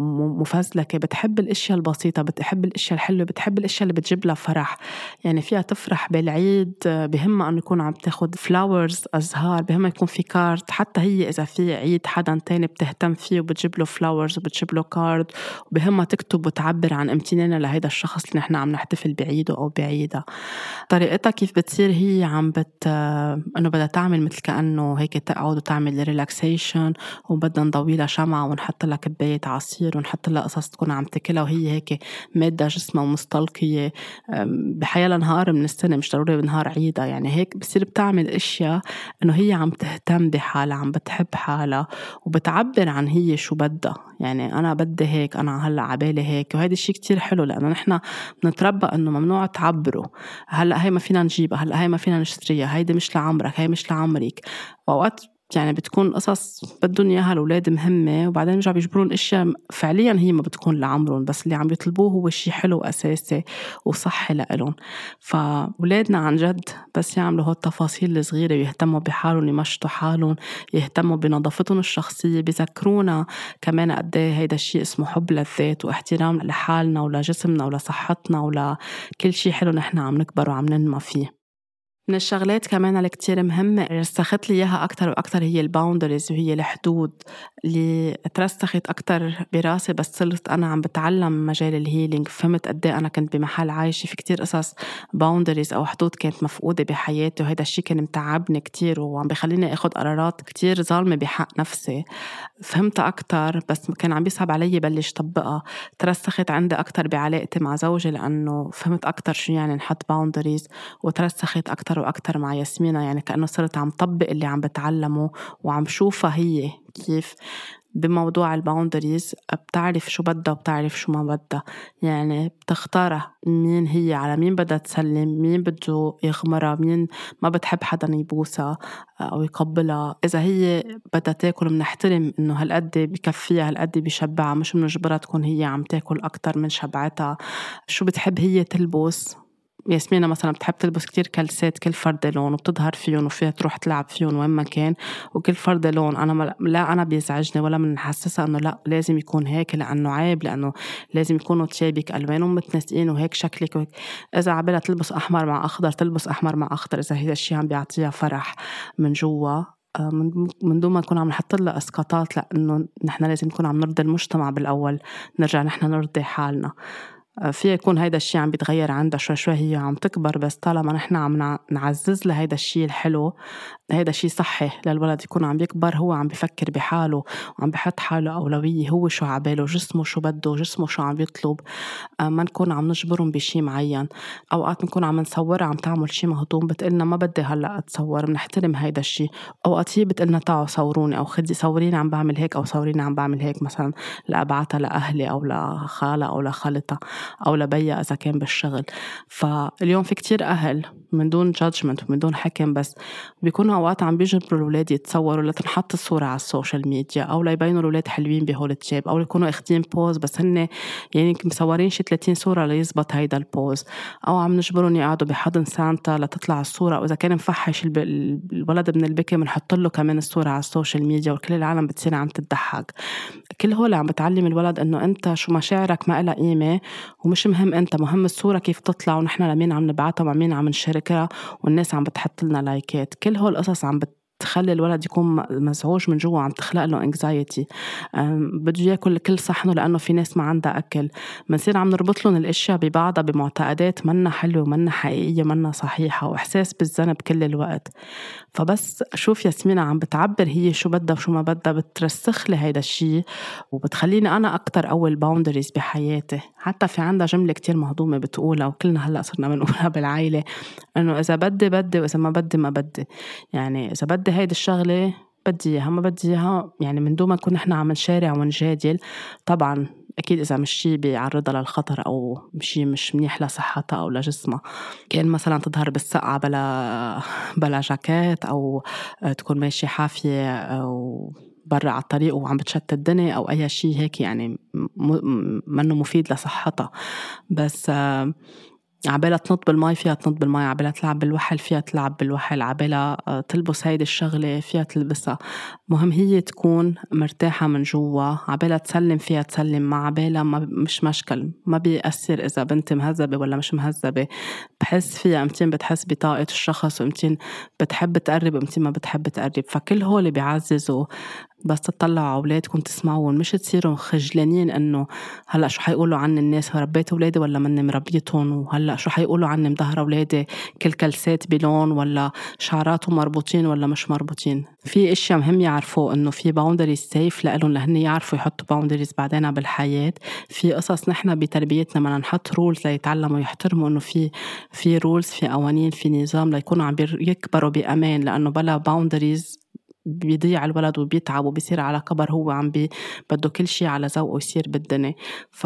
Speaker 1: مفزلكة. بتحب الاشياء البسيطة، بتحب الاشياء الحلوة، بتحب الاشياء اللي بتجيب لها فرح. يعني فيها تفرح بالعيد، بهمها انه يكون عم تاخد فلاورز ازهار، بهمها يكون في كارد. حتى هي اذا في عيد حدا تاني بتهتم فيه وبتجيب له فلاورز وبتجيب له كارد، وبهمها تكتب وتعبر عن امتنانها لهيدا الشخص اللي نحن عم نحتفل بعيده او بعيدها. طريقتها كيف بتصير هي عم بت انه بدها تعمل مثل كأنه هيك تقعد وتعمل ريلاكسيشن ديكوريشن وبدنا نضوي لها شمعة ونحط لها كباية عصير ونحط لها قصص تكون عم تاكلها وهي هيك مادة جسمها ومستلقية بحيالها نهار من السنة، مش ضروري بنهار عيدها. يعني هيك بصير بتعمل اشياء انه هي عم تهتم بحالها، عم بتحب حالها وبتعبر عن هي شو بدها. يعني انا بدي هيك، انا هلا عبالي هيك، وهذا الشيء كتير حلو لانه نحن بنتربى انه ممنوع تعبروا. هلا هي ما فينا نجيبها، هلا هي ما فينا نشتريها، هيدي مش لعمرك، هي مش لعمرك. وأوقات يعني بتكون قصص بدهم إياها الأولاد مهمة، وبعدين رجع بيجبرون إشياء فعليا هي ما بتكون لعمرهم، بس اللي عم يطلبوه هو شيء حلو أساسي وصحي لإلهم. فأولادنا عن جد بس يعملوا هالتفاصيل التفاصيل الصغيرة ويهتموا بحالهم، يمشطوا حالهم، يهتموا بنظافتهم الشخصية، بيذكرونا كمان قد ايه هيدا الشيء اسمه حب للذات واحترام لحالنا ولجسمنا ولصحتنا ولكل شيء حلو نحن عم نكبر وعم ننمى فيه. من الشغلات كمان اللي كتير مهمة رسخت لي إياها أكتر وأكتر هي الباوندريز، وهي الحدود اللي ترسخت أكتر براسي بس صرت أنا عم بتعلم مجال الهيلينج. فهمت قد ايه أنا كنت بمحل عايشة في كتير قصص باوندريز أو حدود كانت مفقودة بحياتي، وهيدا الشيء كان متعبني كتير وعم بيخليني أخد قرارات كتير ظالمة بحق نفسي. فهمت أكتر بس كان عم بيصعب علي بلش طبقها. ترسخت عندي أكتر بعلاقتي مع زوجي لأنه فهمت أكتر شو يعني نحط باوندريز، وترسخت أكتر وأكتر مع ياسمينة. يعني كأنه صرت عم طبق اللي عم بتعلمه وعم شوفها هي كيف بموضوع الباوندريز بتعرف شو بدها وبتعرف شو ما بدها. يعني بتختارها مين هي، على مين بدها تسلم، مين بده يغمرها، مين ما بتحب حدا يبوسها أو يقبلها. إذا هي بدها تاكل منحترم إنه هالقد بكفيها هالقد بيشبعها، مش منجبرها تكون هي عم تاكل أكتر من شبعتها. شو بتحب هي تلبس، ياسمينة مثلا بتحب تلبس كتير كلسات كل فرد لون وبتظهر فيهم وفيها تروح تلعب فيهم وين ما كان، وكل فرد لون أنا ما لا أنا بيزعجني ولا منحسسها أنه لا لازم يكون هيك لأنه عيب، لأنه لازم يكونوا تشابك ألوانهم متناسقين وهيك شكلك وهيك. إذا عبالها تلبس أحمر مع أخضر تلبس أحمر مع أخضر، إذا هذا الشيء عم بيعطيها فرح من جوا من من دون ما نكون عم نحط لها اسقاطات، لانه نحن لازم نكون عم نرضي المجتمع بالاول، نرجع نحن نرضي حالنا. في يكون هيدا الشيء عم بيتغير عندها شوي شوي، هي عم تكبر، بس طالما نحن عم نعزز لها هيدا الشيء الحلو، هيدا الشيء صحي للولد يكون عم بيكبر هو عم بيفكر بحاله وعم بيحط حاله أولوية، هو شو عباله، جسمه شو بده، جسمه شو عم بيطلب. ما نكون عم نجبرهم بشيء معين. أوقات نكون عم نصورها عم تعمل شيء مهضوم بتقلنا ما بدي هلأ أتصور، بنحترم هيدا الشيء. أوقات هي بتقلنا تعالوا صوروني أو خدي صوريني عم بعمل هيك أو صوريني عم بعمل هيك، مثلا لأبعتها لأهلي أو لخالة أو لخالتها أو لبيا إذا كان بالشغل. فاليوم في كتير أهل من دون جادجمنت ومن دون حكم بس بيكونوا أوقات عم بيجبروا الأولاد يتصوروا لتنحط الصورة على السوشيال ميديا، أو ليبينوا الأولاد حلوين بهول التشاب، أو يكونوا اخدين بوز بس هن يعني مصورين شي ثلاثين صورة ليزبط هيدا البوز، أو عم نجبرهم يقعدوا بحضن سانتا لتطلع الصورة، وإذا كان مفحش الولد من البكي بنحط له كمان الصورة على السوشيال ميديا وكل العالم بتصير عم تضحك. كل هول عم بتعلم الولد إنه أنت شو مشاعرك ما إلها قيمة ومش مهم، أنت مهم الصورة كيف تطلع ونحن لمين عم نبعتها ومع مين عم نشاركها والناس عم بتحط لنا لايكات. كل هول القصص عم بتخلي الولد يكون مزعوج من جوا، عم تخلق له anxiety، بده ياكل كل صحنه لأنه في ناس ما عندها أكل. بنصير عم نربط لهم الأشياء ببعضها بمعتقدات منا حلوة ومنا حقيقية منا صحيحة، وإحساس بالذنب كل الوقت. فبس شوف ياسمينة عم بتعبر هي شو بدها وشو ما بدها، بترسخ لي هيدا الشيء وبتخليني أنا أكتر أول باوندريز بحياتي. حتى في عندها جملة كتير مهضومة بتقولها وكلنا هلأ صرنا بنقولها بالعائلة، إنه إذا بدي بدي وإذا ما بدي ما بدي. يعني إذا بدي هيدا الشغلة بدي إياها، ما بدي إياها يعني من دون ما نكون نحن عم نشارع ونجادل. طبعا أكيد إذا مش شي بيعرضها للخطر أو شي مش منيح لصحتها أو لجسمها، كان مثلا تظهر بالسقعة بلا بلا جاكيت، أو تكون ماشي حافية أو برا على الطريق وعم بتشتت الدنيا أو أي شي هيك، يعني منه مفيد لصحتها. بس عبالها تنط بالماء فيها تنط بالماء، عبالها تلعب بالوحل فيها تلعب بالوحل، عبالها تلبس هيدي الشغلة فيها تلبسها. مهم هي تكون مرتاحة من جوا، عبالها تسلم فيها تسلم، مع عبالها ما مش مشكل، ما بيأثر إذا بنت مهذبة ولا مش مهذبة. بحس فيها أمتين بتحس بطاقة الشخص، وأمتين بتحب تقرب وأمتين ما بتحب تقرب. فكل هول بيعززوا بس تطلعوا على أولادكم تسمعون، مش تصيروا خجلانين إنه هلأ شو حيقولوا عني الناس، ربيت أولادي ولا مني مربيتهم، وهلأ شو حيقولوا عني مظهر أولادي كل كلسات بلون ولا شعراتهم مربوطين ولا مش مربوطين. في اشياء مهم يعرفوا إنه في boundaries safe لإلهم لهن يعرفوا يحطوا boundaries بعدين بالحياة. في قصص نحن بتربيتنا بدنا نحط rules ليتعلموا يحترموا إنه في في rules، في قوانين، في نظام ليكونوا عم يكبروا بأمان، لأنه بلا boundaries بيضيع الولد وبيتعب وبيصير على كبر هو عم بي بده كل شيء على ذوقه يصير بالدنيا.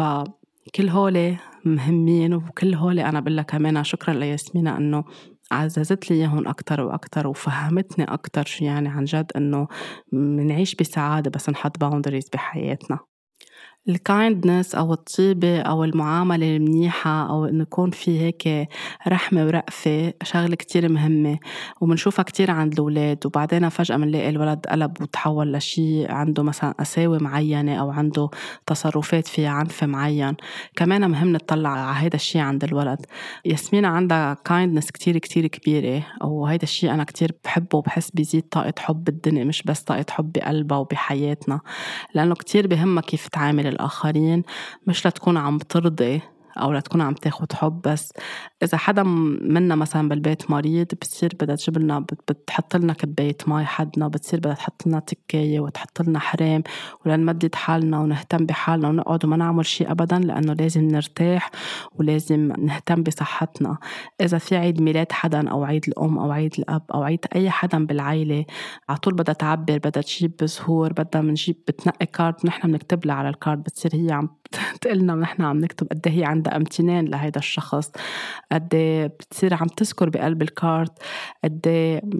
Speaker 1: فكل هولي مهمين، وكل هولي أنا بقول لك كمان شكرا لياسمينة إنه عززت لي إياهم أكتر وأكتر وفهمتني أكتر شو يعني عن جد إنه منعيش بسعادة بس نحط boundaries بحياتنا. الكايندنس أو الطيبة أو المعاملة المنيحة أو إنه يكون في هيك رحمة ورأفة شغلة كتير مهمة، ومنشوفها كتير عند الأولاد، وبعدين فجأة منلاقي الولد قلب وتحول لشي عنده مثلا قساوة معينة أو عنده تصرفات فيها عنف معين. كمان مهم نطلع على هيدا الشي عند الولد. ياسمينة عندها كايندنس كتير كتير كبيرة، وهيدا الشي أنا كتير بحبه وبحس بيزيد طاقة حب بالدنيا، مش بس طاقة حب بقلبها وبحياتنا، لأنه كتير بهمها كيف تعامل الآخرين، مش لتكون عم ترضي أو لتكون عم تاخد حب بس. إذا حدا منا مثلا بالبيت مريض بتصير بدها تجيب لنا بتحط لنا كباية ماي حدنا، بتصير بدها تحط لنا تكاية وتحط لنا حرام ولنمدد حالنا ونهتم بحالنا ونقعد وما نعمل شيء أبدا، لأنه لازم نرتاح ولازم نهتم بصحتنا. إذا في عيد ميلاد حدا أو عيد الأم أو عيد الأب أو عيد أي حدا بالعائلة، عطول بدها تعبر، بدها تجيب زهور، بدها منجيب بتنقي كارد نحن بنكتب لها على الكارد، بتصير هي عم تقلنا ونحن عم نكتب قد هي عندها امتنان لهيدا الشخص، قد بتصير عم تذكر بقلب الكارت قد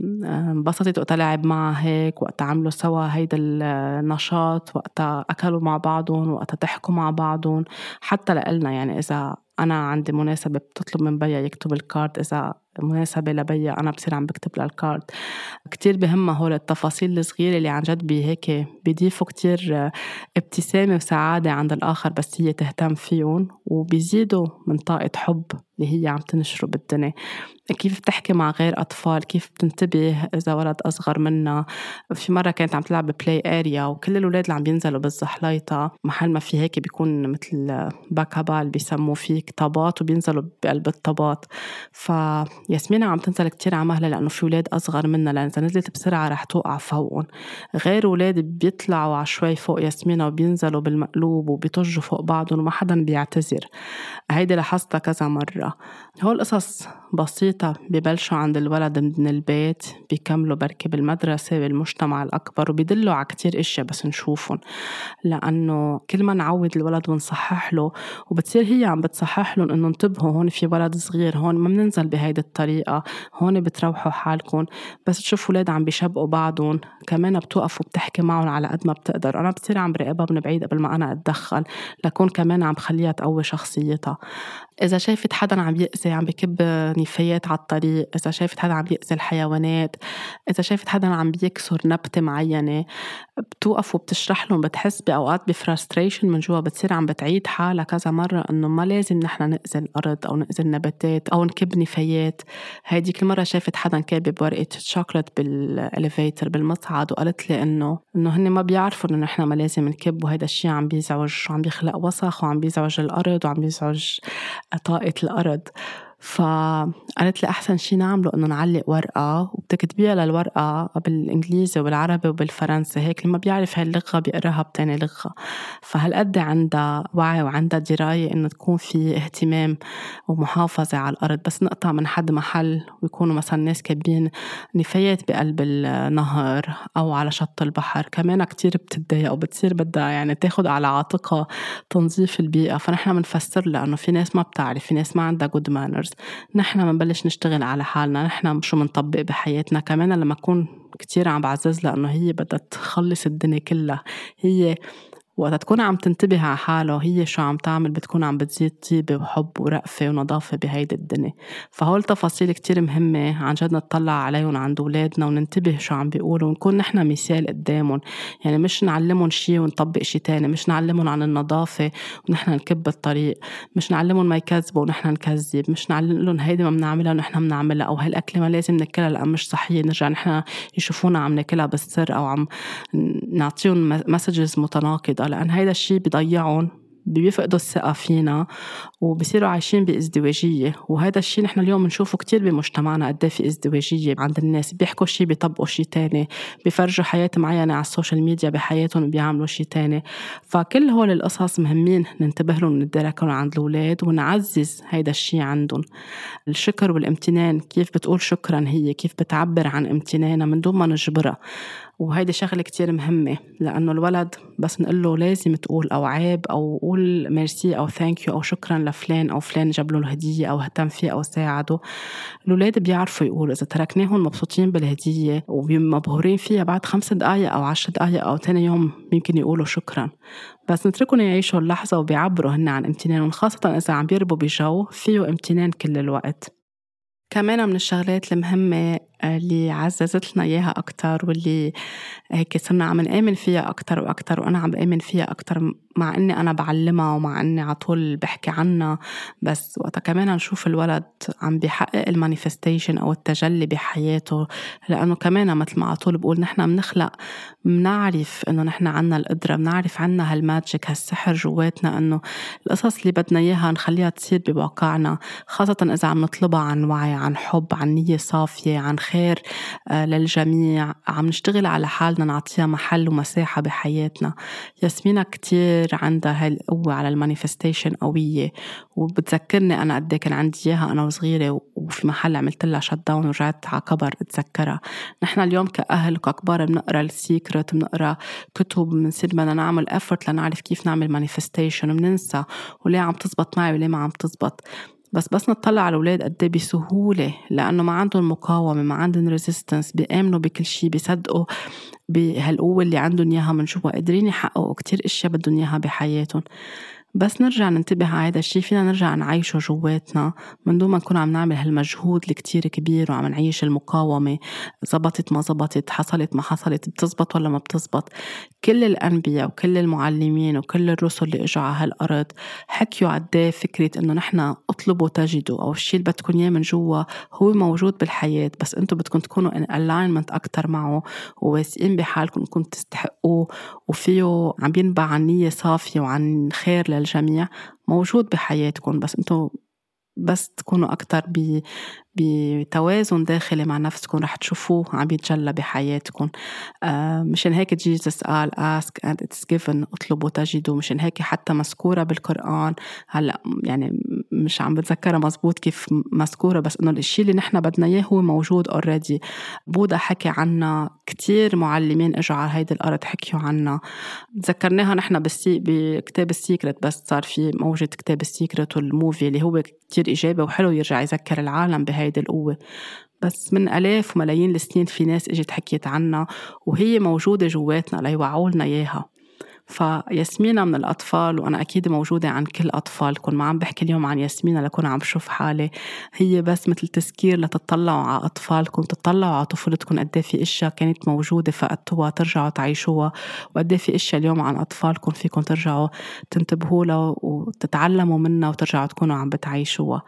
Speaker 1: انبسطت وقت لعب معها هيك، وقت عملوا سوا هيدا النشاط، وقت أكلوا مع بعضهم، وقت تحكوا مع بعضهم. حتى لقلنا يعني إذا أنا عندي مناسبة بتطلب من بيا يكتب الكارت، إذا مناسبة لبيا أنا بصير عم بكتب للكارت. كتير بهمها هول التفاصيل الصغيرة اللي عن جد بهيك بيضيفوا كتير ابتسامة وسعادة عند الآخر بس هي تهتم فيهم، وبيزيدوا من طاقة حب اللي هي عم تنشره بالدنيا. كيف بتحكي مع غير أطفال، كيف بتنتبه إذا ولد أصغر منا. في مرة كانت عم تلعب ببلاي اريا وكل الولاد اللي عم بينزلوا بالزحليطة محل ما في هيك بيكون مثل باكابال بيسموه فيه طابات وبينزلوا بقلب الطابات. فياسمينة عم تنزل كتير على مهلة لأنه في ولاد أصغر منا، لأن إذا نزلت بسرعة رح توقع فوقهم. غير ولاد بيطلعوا عشوي فوق ياسمينة وبينزلوا بالمقلوب وبيطجوا فوق بعضهم وما حدا بيعتذر. هيدي لاحظتها كذا مرة. هول قصص بسيطة ببلشوا عند الولد من البيت، بيكملوا بركة بالمدرسة بالمجتمع الأكبر، وبيدلوا على كتير إشياء بس نشوفهم، لأنه كل ما نعود الولد ونصحح له وبتصير هي عم بتصحح لهم إنه انتبهوا هون في ولد صغير، هون ما بننزل بهيدي الطريقة، هون بتروحوا حالكم. بس تشوف ولاد عم بيشبقوا بعضهم كمان بتوقف وبتحكي معهم على قد ما بتقدر. أنا بتصير عم براقبها من بعيد قبل ما أنا أتدخل، لكون كمان عم بخليها تقوي شخصيتها. إذا شايفت حدا عم يأذي عم بكب نفايات على الطريق، إذا شايفت حدا عم يأذي الحيوانات، إذا شايفت حدا عم بيكسر نبتة معينة، بتوقف وبتشرح لهم. بتحس بأوقات بفرستريشن من جوا، بتصير عم بتعيد حالها كذا مرة إنه ما لازم نحن نأذي الأرض أو نأذي النباتات أو نكب نفايات. هيدي كل مرة شايفت حدا كابب ورقة شوكولات بالإليفيتر بالمصعد وقالت لي إنه إنه هن ما بيعرفوا إنه نحن ما لازم نكب، وهيدا الشيء عم بيزعج وعم بيخلق وسخ وعم بيزعج الأرض وعم بيزعج طاقة الأرض. فقالت لي أحسن شي نعمله إنه نعلق ورقة وبتكتبيها للورقة بالإنجليزي وبالعربي وبالفرنسي، هيك لما بيعرف هاي اللغة بيقراها بتاني لغة. فهالقد عندها وعي وعندها دراية إنه تكون في اهتمام ومحافظة على الأرض. بس نقطع من حد محل ويكونوا مثلا ناس كابين نفايات بقلب النهر أو على شط البحر، كمان كتير بتتضايق وبتصير بدها يعني تاخد على عاتقها تنظيف البيئة. فنحن منفسر لأنه في ناس ما بتعرف، في ناس ما عندها good manners. نحن منبلش نشتغل على حالنا، نحن شو منطبق بحياتنا. كمان لما أكون كتير عم بعزز لأنه هي بدها تخلص الدنيا كلها، هي وقت تكون عم تنتبه على حاله هي شو عم تعمل بتكون عم بتزيد طيبة وحب ورأفة ونظافة بهيدا الدنيا. فهول تفاصيل كتير مهمة عن جد نطلع عليهم عند أولادنا وننتبه شو عم بيقولوا ونكون نحن مثال قدامهم. يعني مش نعلمهم شي ونطبق شي تاني، مش نعلمهم عن النظافة ونحن نكب الطريق، مش نعلمهم ما يكذبوا ونحن نكذب، مش نعلم لهم هيدي ما بنعملها ونحن بنعملها، أو هالأكلة ما لازم ناكلها لأن مش صحية نرجع نحن يشوفونا عم ناكلها بالسر أو عم نعطيهم مسجز متناقضة، لأن هيدا الشي بيضيعهم، بيفقدوا الثقة فينا وبصيروا عايشين بازدواجية. وهذا الشيء نحن اليوم نشوفه كتير بمجتمعنا، قد في ازدواجية عند الناس، بيحكوا شيء بيطبقوا شيء تاني، بيفرجوا حياة معينة على السوشيال ميديا بحياتهم وبيعملوا شيء تاني. فكل هول القصص مهمين ننتبه لهم وندركهم عند الأولاد ونعزز هيدا الشيء عندهم. الشكر والامتنان، كيف بتقول شكرا هي، كيف بتعبر عن امتنانها من دون ما نجبرها. وهيدي شغلة كتير مهمة، لأنه الولد بس نقول له لازم تقول أو عيب أو قول ميرسي أو ثانك يو أو شكرا لفلان أو فلان جاب له الهدية أو اهتم فيه أو ساعده، الولاد بيعرفوا يقولوا. إذا تركناهم مبسوطين بالهدية ومبهورين فيها، بعد خمس دقايق أو عشر دقايق أو تاني يوم ممكن يقولوا شكرا. بس نتركهم يعيشوا اللحظة وبيعبروا هن عن امتنانهم، خاصة إذا عم بيربوا بجو فيه امتنان كل الوقت. كمان من الشغلات المهمة اللي عززت لنا إياها أكتر واللي هيك صرنا عم نآمن فيها أكتر وأكتر، وأنا عم بآمن فيها أكتر مع أني أنا بعلمها ومع أني عطول بحكي عنها، بس وقتا كمان نشوف الولد عم بيحقق المانيفستيشن أو التجلي بحياته. لأنه كمان مثل ما عطول بقول نحنا منخلق منعرف أنه نحنا عنا القدرة، منعرف عنا هالماجيك هالسحر جواتنا، أنه القصص اللي بدنا إياها نخليها تصير بواقعنا، خاصة إذا عم نطلبها عن وعي، عن حب، عن نية صافية، عن خير للجميع، عم نشتغل على حالنا نعطيها محل ومساحة بحياتنا. ياسمينة كتير عندها هالقوة على المانيفستيشن قوية، وبتذكرني أنا قد كان عندي إياها أنا وصغيرة، وفي محل عملت لها شت داون ورجعت على كبر اتذكرها. نحن اليوم كأهل وككبار بنقرأ السيكرت، بنقرأ كتب، بنصير بدنا نعمل effort لنعرف كيف نعمل مانيفستيشن، وبننسى وليه عم تزبط معي وليه ما عم تزبط. بس بس نطلع على الأولاد قد ايه بسهولة، لأنه ما عندهم مقاومة، ما عندهم ريزيستنس، بيآمنوا بكل شيء، بيصدقوا بهالقوة اللي عندهم إياها من جوا، قادرين يحققوا كتير إشياء بدهم إياها بحياتهم. بس نرجع ننتبه على هذا الشيء، فينا نرجع نعيشه جواتنا من دون ما نكون عم نعمل هالمجهود الكتير كبير وعم نعيش المقاومة. زبطت ما زبطت، حصلت ما حصلت، بتزبط ولا ما بتزبط. كل الأنبياء وكل المعلمين وكل الرسل اللي اجوا على هالأرض حكيوا عداه فكرة إنه نحنا اطلبوا تجدوا، أو الشيء اللي بدكم إياه من جوا هو موجود بالحياة، بس أنتم بدكم تكونوا in alignment أكتر معه وواثقين بحالكم إنكم تستحقوه، وفيه عم ينبع عن نية صافية وعن خير للجميع موجود بحياتكم. بس أنتم بس تكونوا أكتر ب بتوازن داخلي مع نفسكم رح تشوفوه عم يتجلى بحياتكم. آه مشان هيك جيسس قال ask and it's given، اطلبوا تجدوا. مشان هيك حتى مذكورة بالقرآن، هلأ يعني مش عم بتذكرها مزبوط كيف مذكورة، بس إنه الشيء اللي نحنا بدنا إياه هو موجود already. بودا حكي عنا، كتير معلمين اجوا على هيدا الأرض حكيوا عنا، تذكرناها نحنا بالسي بكتاب السيكرت، بس صار في موجود كتاب السيكرت والموفي اللي هو كتير إيجابي وحلو يرجع يذكر العالم بهيدي القوة. بس من ألاف وملايين السنين في ناس اجت حكيت عنا وهي موجودة جواتنا ليوعولنا إياها. فياسمينة من الأطفال، وأنا أكيد موجودة عن كل أطفالكم، ما عم بحكي اليوم عن ياسمينة لكون عم بشوف حالي، هي بس مثل تذكير لتطلعوا على أطفالكم، تطلعوا على طفولتكم قد في إشياء كانت موجودة فقدتوها ترجعوا تعيشوها، وقد في إشياء اليوم عن أطفالكم فيكم ترجعوا تنتبهوا له وتتعلموا منها وترجعوا تكونوا عم بتعيشوها.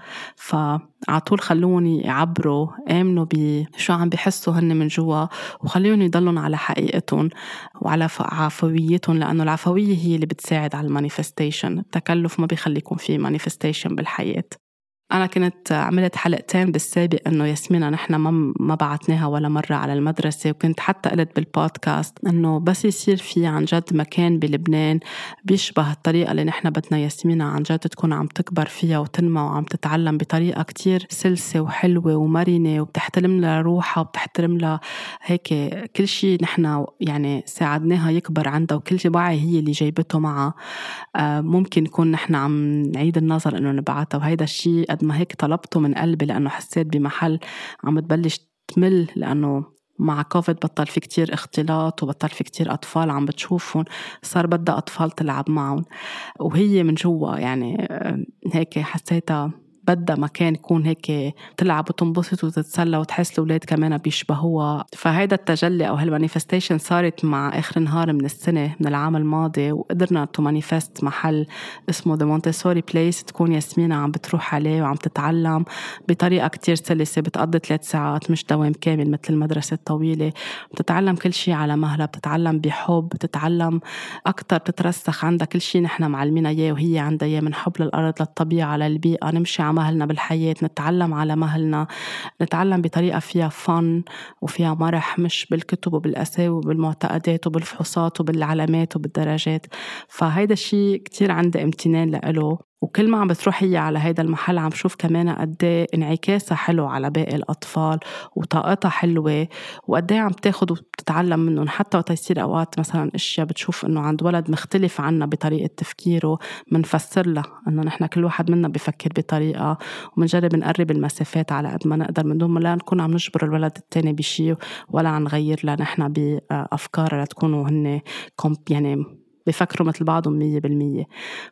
Speaker 1: فعطول خلوني يعبروا، آمنوا بشو عم بيحسوا هن من جوا، وخليهم يضلون على حقيقتهم وعلى عفويتهم، لأنه العفوية هي اللي بتساعد على المانيفستيشن. التكلف ما بيخليكم فيه مانيفستيشن بالحياة. أنا كنت عملت حلقتين بالسابق إنه ياسمينة نحنا ما ما بعتناها ولا مرة على المدرسة، وكنت حتى قلت بالبودكاست إنه بس يصير في عن جد مكان بلبنان بيشبه الطريقة اللي نحنا بدنا ياسمينة عن جد تكون عم تكبر فيها وتنمى وعم تتعلم بطريقة كتير سلسة وحلوة ومرنة، وبتحترم لها روحها وبتحترم لها هيك كل شيء نحنا يعني ساعدناها يكبر عندها، وكل شيء وعي هي اللي جايبته معها. آه ممكن نكون نحنا عم نعيد النظر إنه نبعتها، وهيدا الشيء قد ما هيك طلبته من قلبي، لأنه حسيت بمحل عم تبلش تمل، لأنه مع كوفيد بطل في كتير اختلاط وبطل في كتير أطفال عم بتشوفهم، صار بدها أطفال تلعب معهم. وهي من جوا يعني هيك حسيتها بدها مكان يكون هيك تلعب وتنبسط وتتسلى وتحس الأولاد كمان بيشبهوها. فهيدا التجلي أو هالمانيفستيشن صارت مع آخر نهار من السنة من العام الماضي، وقدرنا تو مانيفست محل اسمه The Montessori Place تكون ياسمينة عم بتروح عليه وعم تتعلم بطريقة كتير سلسة. بتقضي ثلاث ساعات مش دوام كامل مثل المدرسة الطويلة، بتتعلم كل شيء على مهلها، بتتعلم بحب، بتتعلم أكتر، بتترسخ عندها كل شيء نحن معلمينها إياه وهي عندها إياه، من حب للأرض للطبيعة للبيئة، نمشي على مهلنا بالحياة، نتعلم على مهلنا، نتعلم بطريقة فيها فن وفيها مرح، مش بالكتب وبالأساوي وبالمعتقدات وبالفحوصات وبالعلامات وبالدرجات. فهيدا الشيء كتير عندي امتنان لإله. وكل ما عم بتروح هي على هيدا المحل عم شوف كمان قديه انعكاسها حلو على باقي الأطفال وطاقتها حلوة وقديه عم تاخد وبتتعلم منهم. حتى وقت يصير أوقات مثلا اشياء بتشوف انه عند ولد مختلف عنا بطريقة تفكيره، منفسر لها انه نحن كل واحد منا بيفكر بطريقة، ومنجرب نقرب المسافات على قد ما نقدر من دون ما لا نكون عم نجبر الولد التاني بشي ولا عم نغير له نحن بأفكار لتكونوا هن يعني بيفكروا مثل بعضهم مية بالمية.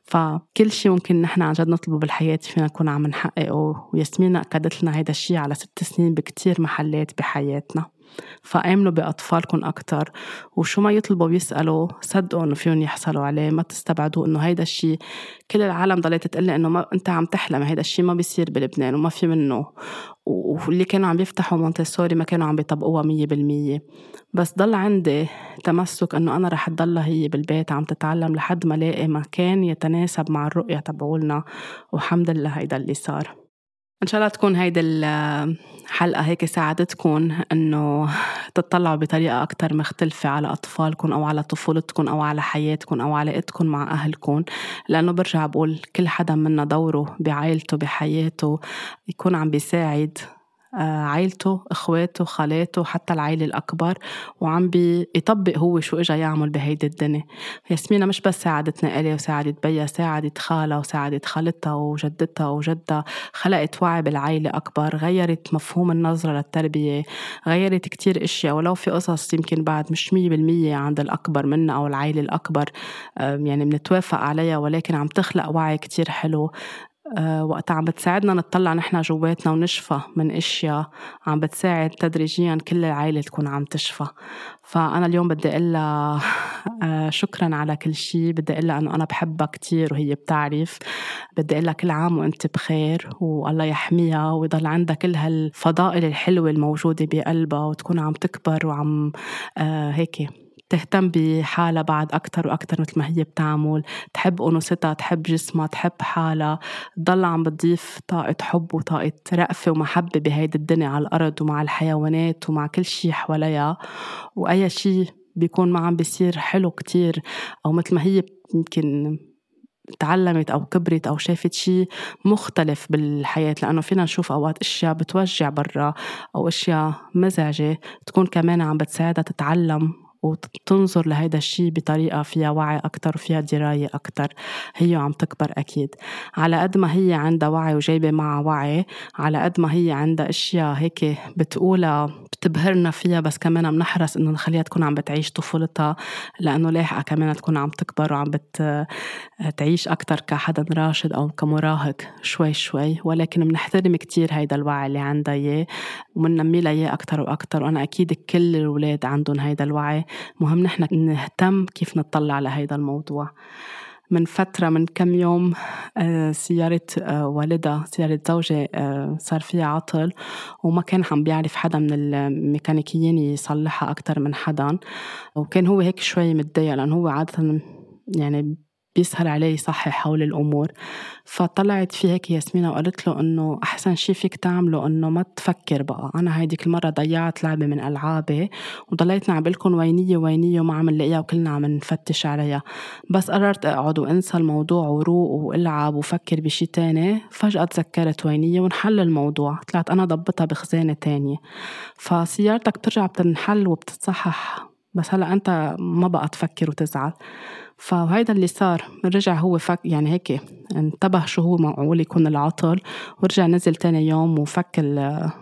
Speaker 1: فكل شيء ممكن نحن عن جد نطلبه بالحياة فينا نكون عم نحققه، وياسمينة أكدت لنا هيدا الشيء على ست سنين بكتير محلات بحياتنا. فآمنوا بأطفالكم أكتر، وشو ما يطلبوا بيسألوا صدقوا إنه فيهم يحصلوا عليه. ما تستبعدوا إنه هيدا الشيء كل العالم ضلت تقلي إنه ما أنت عم تحلم، هيدا الشيء ما بيصير بلبنان وما في منه. واللي كانوا عم بيفتحوا مونتسوري ما كانوا عم بيطبقوها مية بالمية. بس ضل عندي تمسك إنه أنا رح تضلها هي بالبيت عم تتعلم لحد ما لاقي مكان يتناسب مع الرؤية تبعولنا، وحمد لله هيدا اللي صار. إن شاء الله تكون هيدا الحلقة هيك ساعدتكم إنه تطلعوا بطريقة أكتر مختلفة على أطفالكم أو على طفولتكم أو على حياتكم أو علاقتكم مع أهلكم. لأنه برجع بقول كل حدا منا دوره بعائلته بحياته يكون عم بيساعد عائلته، إخواته، خالاته، حتى العائلة الأكبر، وعم بيطبق هو شو إجا يعمل بهيدي الدنيا. ياسمينة مش بس ساعدتنا إلي وساعدت بيا، ساعدت خالة وساعدت خالتها وجدتها وجدها، خلقت وعي بالعائلة أكبر، غيرت مفهوم النظرة للتربية، غيرت كتير إشياء. ولو في قصص يمكن بعد مش مية بالمية عند الأكبر منا أو العائلة الأكبر يعني منتوافق عليها، ولكن عم تخلق وعي كتير حلو. أه وقت عم بتساعدنا نطلع نحنا جواتنا ونشفى من اشياء، عم بتساعد تدريجيا كل العائلة تكون عم تشفى. فأنا اليوم بدي أقولها أه شكرا على كل شيء، بدي أقولها أنه أنا بحبها كتير وهي بتعرف، بدي أقولها كل عام وأنت بخير والله يحميها ويضل عندها كل هالفضائل الحلوة الموجودة بقلبها، وتكون عم تكبر وعم أه هيك تهتم بحالها بعد أكتر وأكتر مثل ما هي بتعمل، تحب أنوثتها، تحب جسمها، تحب حالها، تضل عم بتضيف طاقة حب وطاقة رأفة ومحبة بهيدي الدنيا على الأرض ومع الحيوانات ومع كل شيء حواليها. وأي شيء بيكون ما عم بيصير حلو كتير أو مثل ما هي يمكن تعلمت أو كبرت أو شافت شيء مختلف بالحياة، لأنه فينا نشوف أوقات أشياء بتوجع برا أو أشياء مزعجة تكون كمان عم بتساعدها تتعلم وتنظر لهيدا الشيء بطريقة فيها وعي أكتر وفيها دراية أكتر. هي عم تكبر أكيد. على قد ما هي عندها وعي وجايبة معها وعي، على قد ما هي عندها أشياء هيك بتقولها بتبهرنا فيها، بس كمان بنحرص إنه نخليها تكون عم بتعيش طفولتها، لأنه لاحقة كمان تكون عم تكبر وعم بتعيش أكتر كحدا راشد أو كمراهق شوي شوي. ولكن بنحترم كتير هيدا الوعي اللي عندها إياه ومننمي لها إياه أكتر وأكتر. وأنا أكيد كل الولاد عندهم هيدا الوعي، مهم نحن نهتم كيف نطلع على هيدا الموضوع. من فترة من كم يوم سيارة والدها سيارة زوجي صار فيها عطل، وما كان عم بيعرف حدا من الميكانيكيين يصلحها أكتر من حدا، وكان هو هيك شوي متضايق لأنه هو عادة يعني بيسهل عليه يصحح حول الأمور. فطلعت في هيك ياسمينة وقالت له إنه أحسن شي فيك تعمله إنه ما تفكر بقى. أنا هيديك المرة ضيعت لعبة من ألعابي وضليتنا عم بقولكن وينية وينية وما عم نلاقيها وكلنا عم نفتش عليها، بس قررت أقعد وأنسى الموضوع وروق وألعب وفكر بشي تاني. فجأة تذكرت وينية ونحل الموضوع، طلعت أنا ضبطها بخزانة تانية. فسيارتك بترجع بتنحل وبتتصحح، بس هلأ أنت ما بقى تفكر وتزعل. فهيدا اللي صار، رجع هو فك يعني هيك انتبه شو هو معقول يكون العطل، ورجع نزل تاني يوم وفك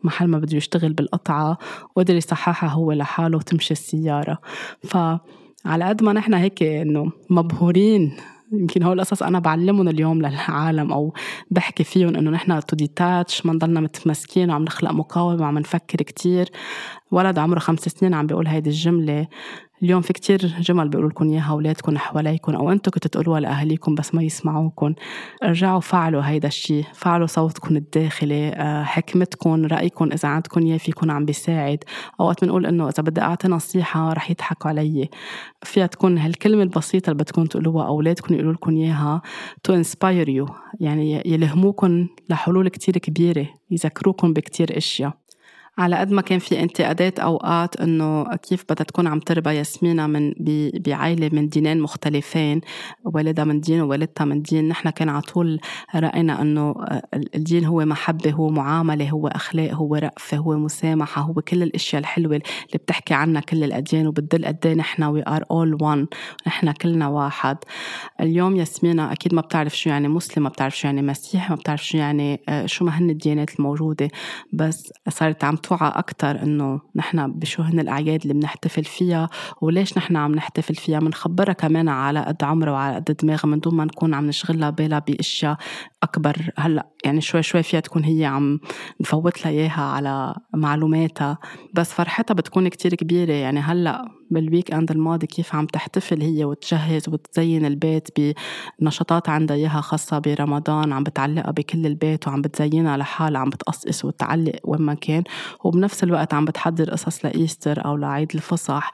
Speaker 1: محل ما بده يشتغل بالقطعة وقدر يصححها هو لحاله وتمشي السيارة. فعلى قد ما نحن هيك إنه مبهورين، يمكن هول القصص أنا بعلمهم اليوم للعالم أو بحكي فيهم إنه نحن تو ديتاتش، ما نضلنا متمسكين وعم نخلق مقاومة وعم نفكر كتير. ولد عمره خمس سنين عم بيقول هيدي الجملة. اليوم في كتير جمل بيقولوا لكم إياها أولادكم حواليكم أو أنتوا كنتوا تقولوها لأهليكم بس ما يسمعوكم. ارجعوا فعلوا هيدا الشي، فعلوا صوتكم الداخلي، حكمتكم، رأيكم إذا عندكم إياه فيكم عم بيساعد. أوقات بنقول إنه إذا بدي أعطي نصيحة رح يضحكوا علي، فيها تكون هالكلمة البسيطة اللي بدكم تقولوها أولادكم يقولوا لكم إياها to inspire you، يعني يلهموكم لحلول كتير كبيرة، يذكروكم بكتير أشياء. على قد ما كان في انتقادات أوقات إنه كيف بدها تكون عم تربى ياسمينة من بعائلة من دينين مختلفين، والدها من دين ووالدتها من دين، نحن كان على طول رأينا إنه الدين هو محبة، هو معاملة، هو أخلاق، هو رأفة، هو مسامحة، هو كل الأشياء الحلوة اللي بتحكي عنها كل الأديان وبتدل قد ايه نحن we are all one، نحن كلنا واحد. اليوم ياسمينة أكيد ما بتعرف شو يعني مسلم، ما بتعرف شو يعني مسيح، ما بتعرف شو يعني شو ما هن الديانات الموجودة، بس صارت عم توعى أكتر إنه نحن بشو هن الأعياد اللي بنحتفل فيها وليش نحن عم نحتفل فيها. منخبرها كمان على قد عمره وعلى قد دماغها من دون ما نكون عم نشغلها بالها بأشياء أكبر. هلأ يعني شوي شوي فيها تكون هي عم نفوت لها إياها على معلوماتها، بس فرحتها بتكون كتير كبيرة. يعني هلأ بالويك أند الماضي كيف عم تحتفل هي وتجهز وتزين البيت بنشاطات عندها إياها خاصة برمضان، عم بتعلقها بكل البيت وعم بتزينها لحالها، عم بتقصقص وتعلق وين ما كان، وبنفس الوقت عم بتحضر قصص لإيستر أو لعيد الفصح،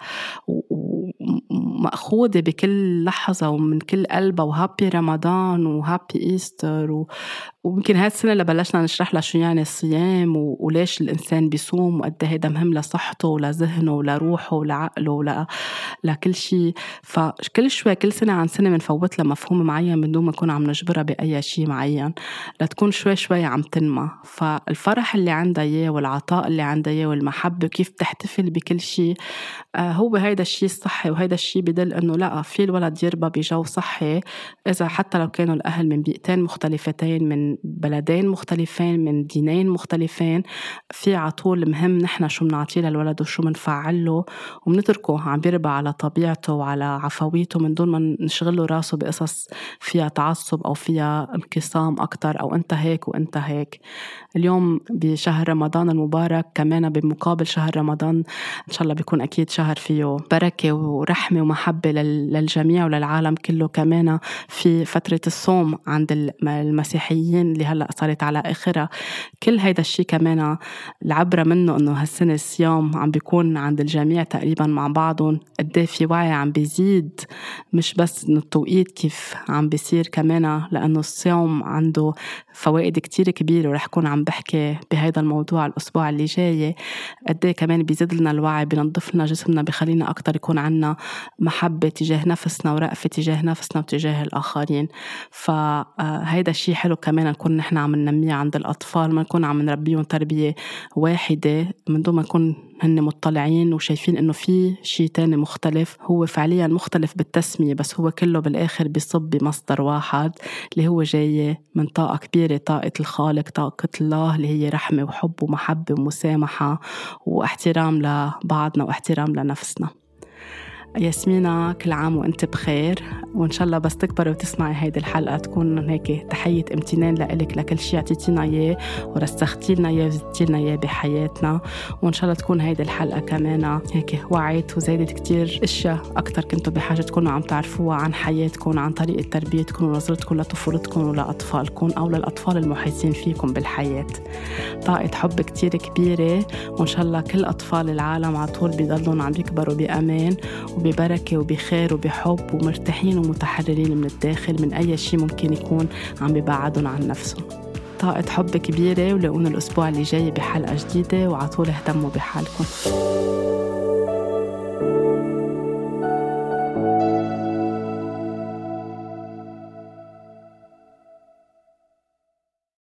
Speaker 1: ومأخوذة بكل لحظة ومن كل قلبها، وهابي رمضان وهابي إيستر. و... وممكن هاي السنة اللي بلشنا نشرح لها شو يعني الصيام و... وليش الإنسان بيصوم وقد ايه هيدا مهم لصحته ولذهنه ولروحه ولعقله ول... لكل شيء. فكل شوي كل سنة عن سنة منفوت لها مفهوم معين من دون ما نكون عم نجبرها بأي شيء معين لتكون شوي شوي عم تنمى. فالفرح اللي عندها إياه والعطاء اللي عندها إياه والمحبة وكيف تحتفل بكل شيء، آه هو هيدا الشيء الصحي، وهيدا الشيء بدل إنه لا في الولد يربى بجو صحي إذا حتى لو كانوا الأهل من بيئتين مختلفتين، من بلدين مختلفين، من دينين مختلفين، في عطول مهم نحن شو منعطيه للولد وشو منفعله، ومنتركه عم بيربى على طبيعته وعلى عفويته من دون ما نشغله راسه بقصص فيها تعصب أو فيها انقسام أكتر أو أنت هيك وأنت هيك. اليوم بشهر رمضان المبارك كمان بمقابل شهر رمضان إن شاء الله بيكون أكيد شهر فيه بركة ورحمة ومحبة للجميع وللعالم كله. كمان في فترة الصوم عند المسيحيين اللي هلأ صارت على آخرها، كل هيدا الشيء كمان العبرة منه إنه هالسنة الصيام عم بيكون عند الجميع تقريبا مع بعضهم، قد في وعي عم بيزيد، مش بس إنه التوقيت كيف عم بيصير كمان، لأنه الصيام عنده فوائد كتير كبيرة ورح كون عم بحكي بهيدا الموضوع الأسبوع اللي جاي. قد كمان بيزيد لنا الوعي، بينظف لنا جسمنا، بيخلينا أكتر يكون عنا محبة تجاه نفسنا ورأفة تجاه نفسنا وتجاه الآخرين. فهيدا الشيء حلو كمان نكون نحن عم ننميه عند الأطفال، ما نكون عم نربيهم تربية واحدة من دون ما نكون هن مطلعين وشايفين إنه في شيء تاني مختلف. هو فعليا مختلف بالتسمية بس هو كله بالآخر بيصب بمصدر واحد اللي هو جاي من طاقة كبيرة، طاقة الخالق، طاقة الله اللي هي رحمة وحب ومحبة ومسامحة واحترام لبعضنا واحترام لنفسنا. ياسمينة كل عام وانت بخير، وإن شاء الله بس تكبر وتسمعي هيدي الحلقة تكون هيك تحية امتنان لك لكل شيء عطيتينا إياه ورسختي لنا إياه وزدتي لنا إياه بحياتنا. وإن شاء الله تكون هيدي الحلقة كمان هيك وعيت وزادت كتير أشياء أكتر كنتوا بحاجة تكونوا عم تعرفوها عن حياتكم، عن طريقة تربيتكم ونظرتكم لطفولتكم ولأطفالكم أو للأطفال المحيطين فيكم بالحياة. طاقة حب كتير كبيرة، وإن شاء الله كل أطفال العالم عطول بيضلون عم يكبروا بأمان وببركة وبخير وبحب ومرتاحين ومتحررين من الداخل من أي شيء ممكن يكون عم بيبعدهم عن نفسهم. طاقة حب كبيرة، ولاقونا الأسبوع اللي جاي بحلقة جديدة، وعطول اهتموا بحالكم.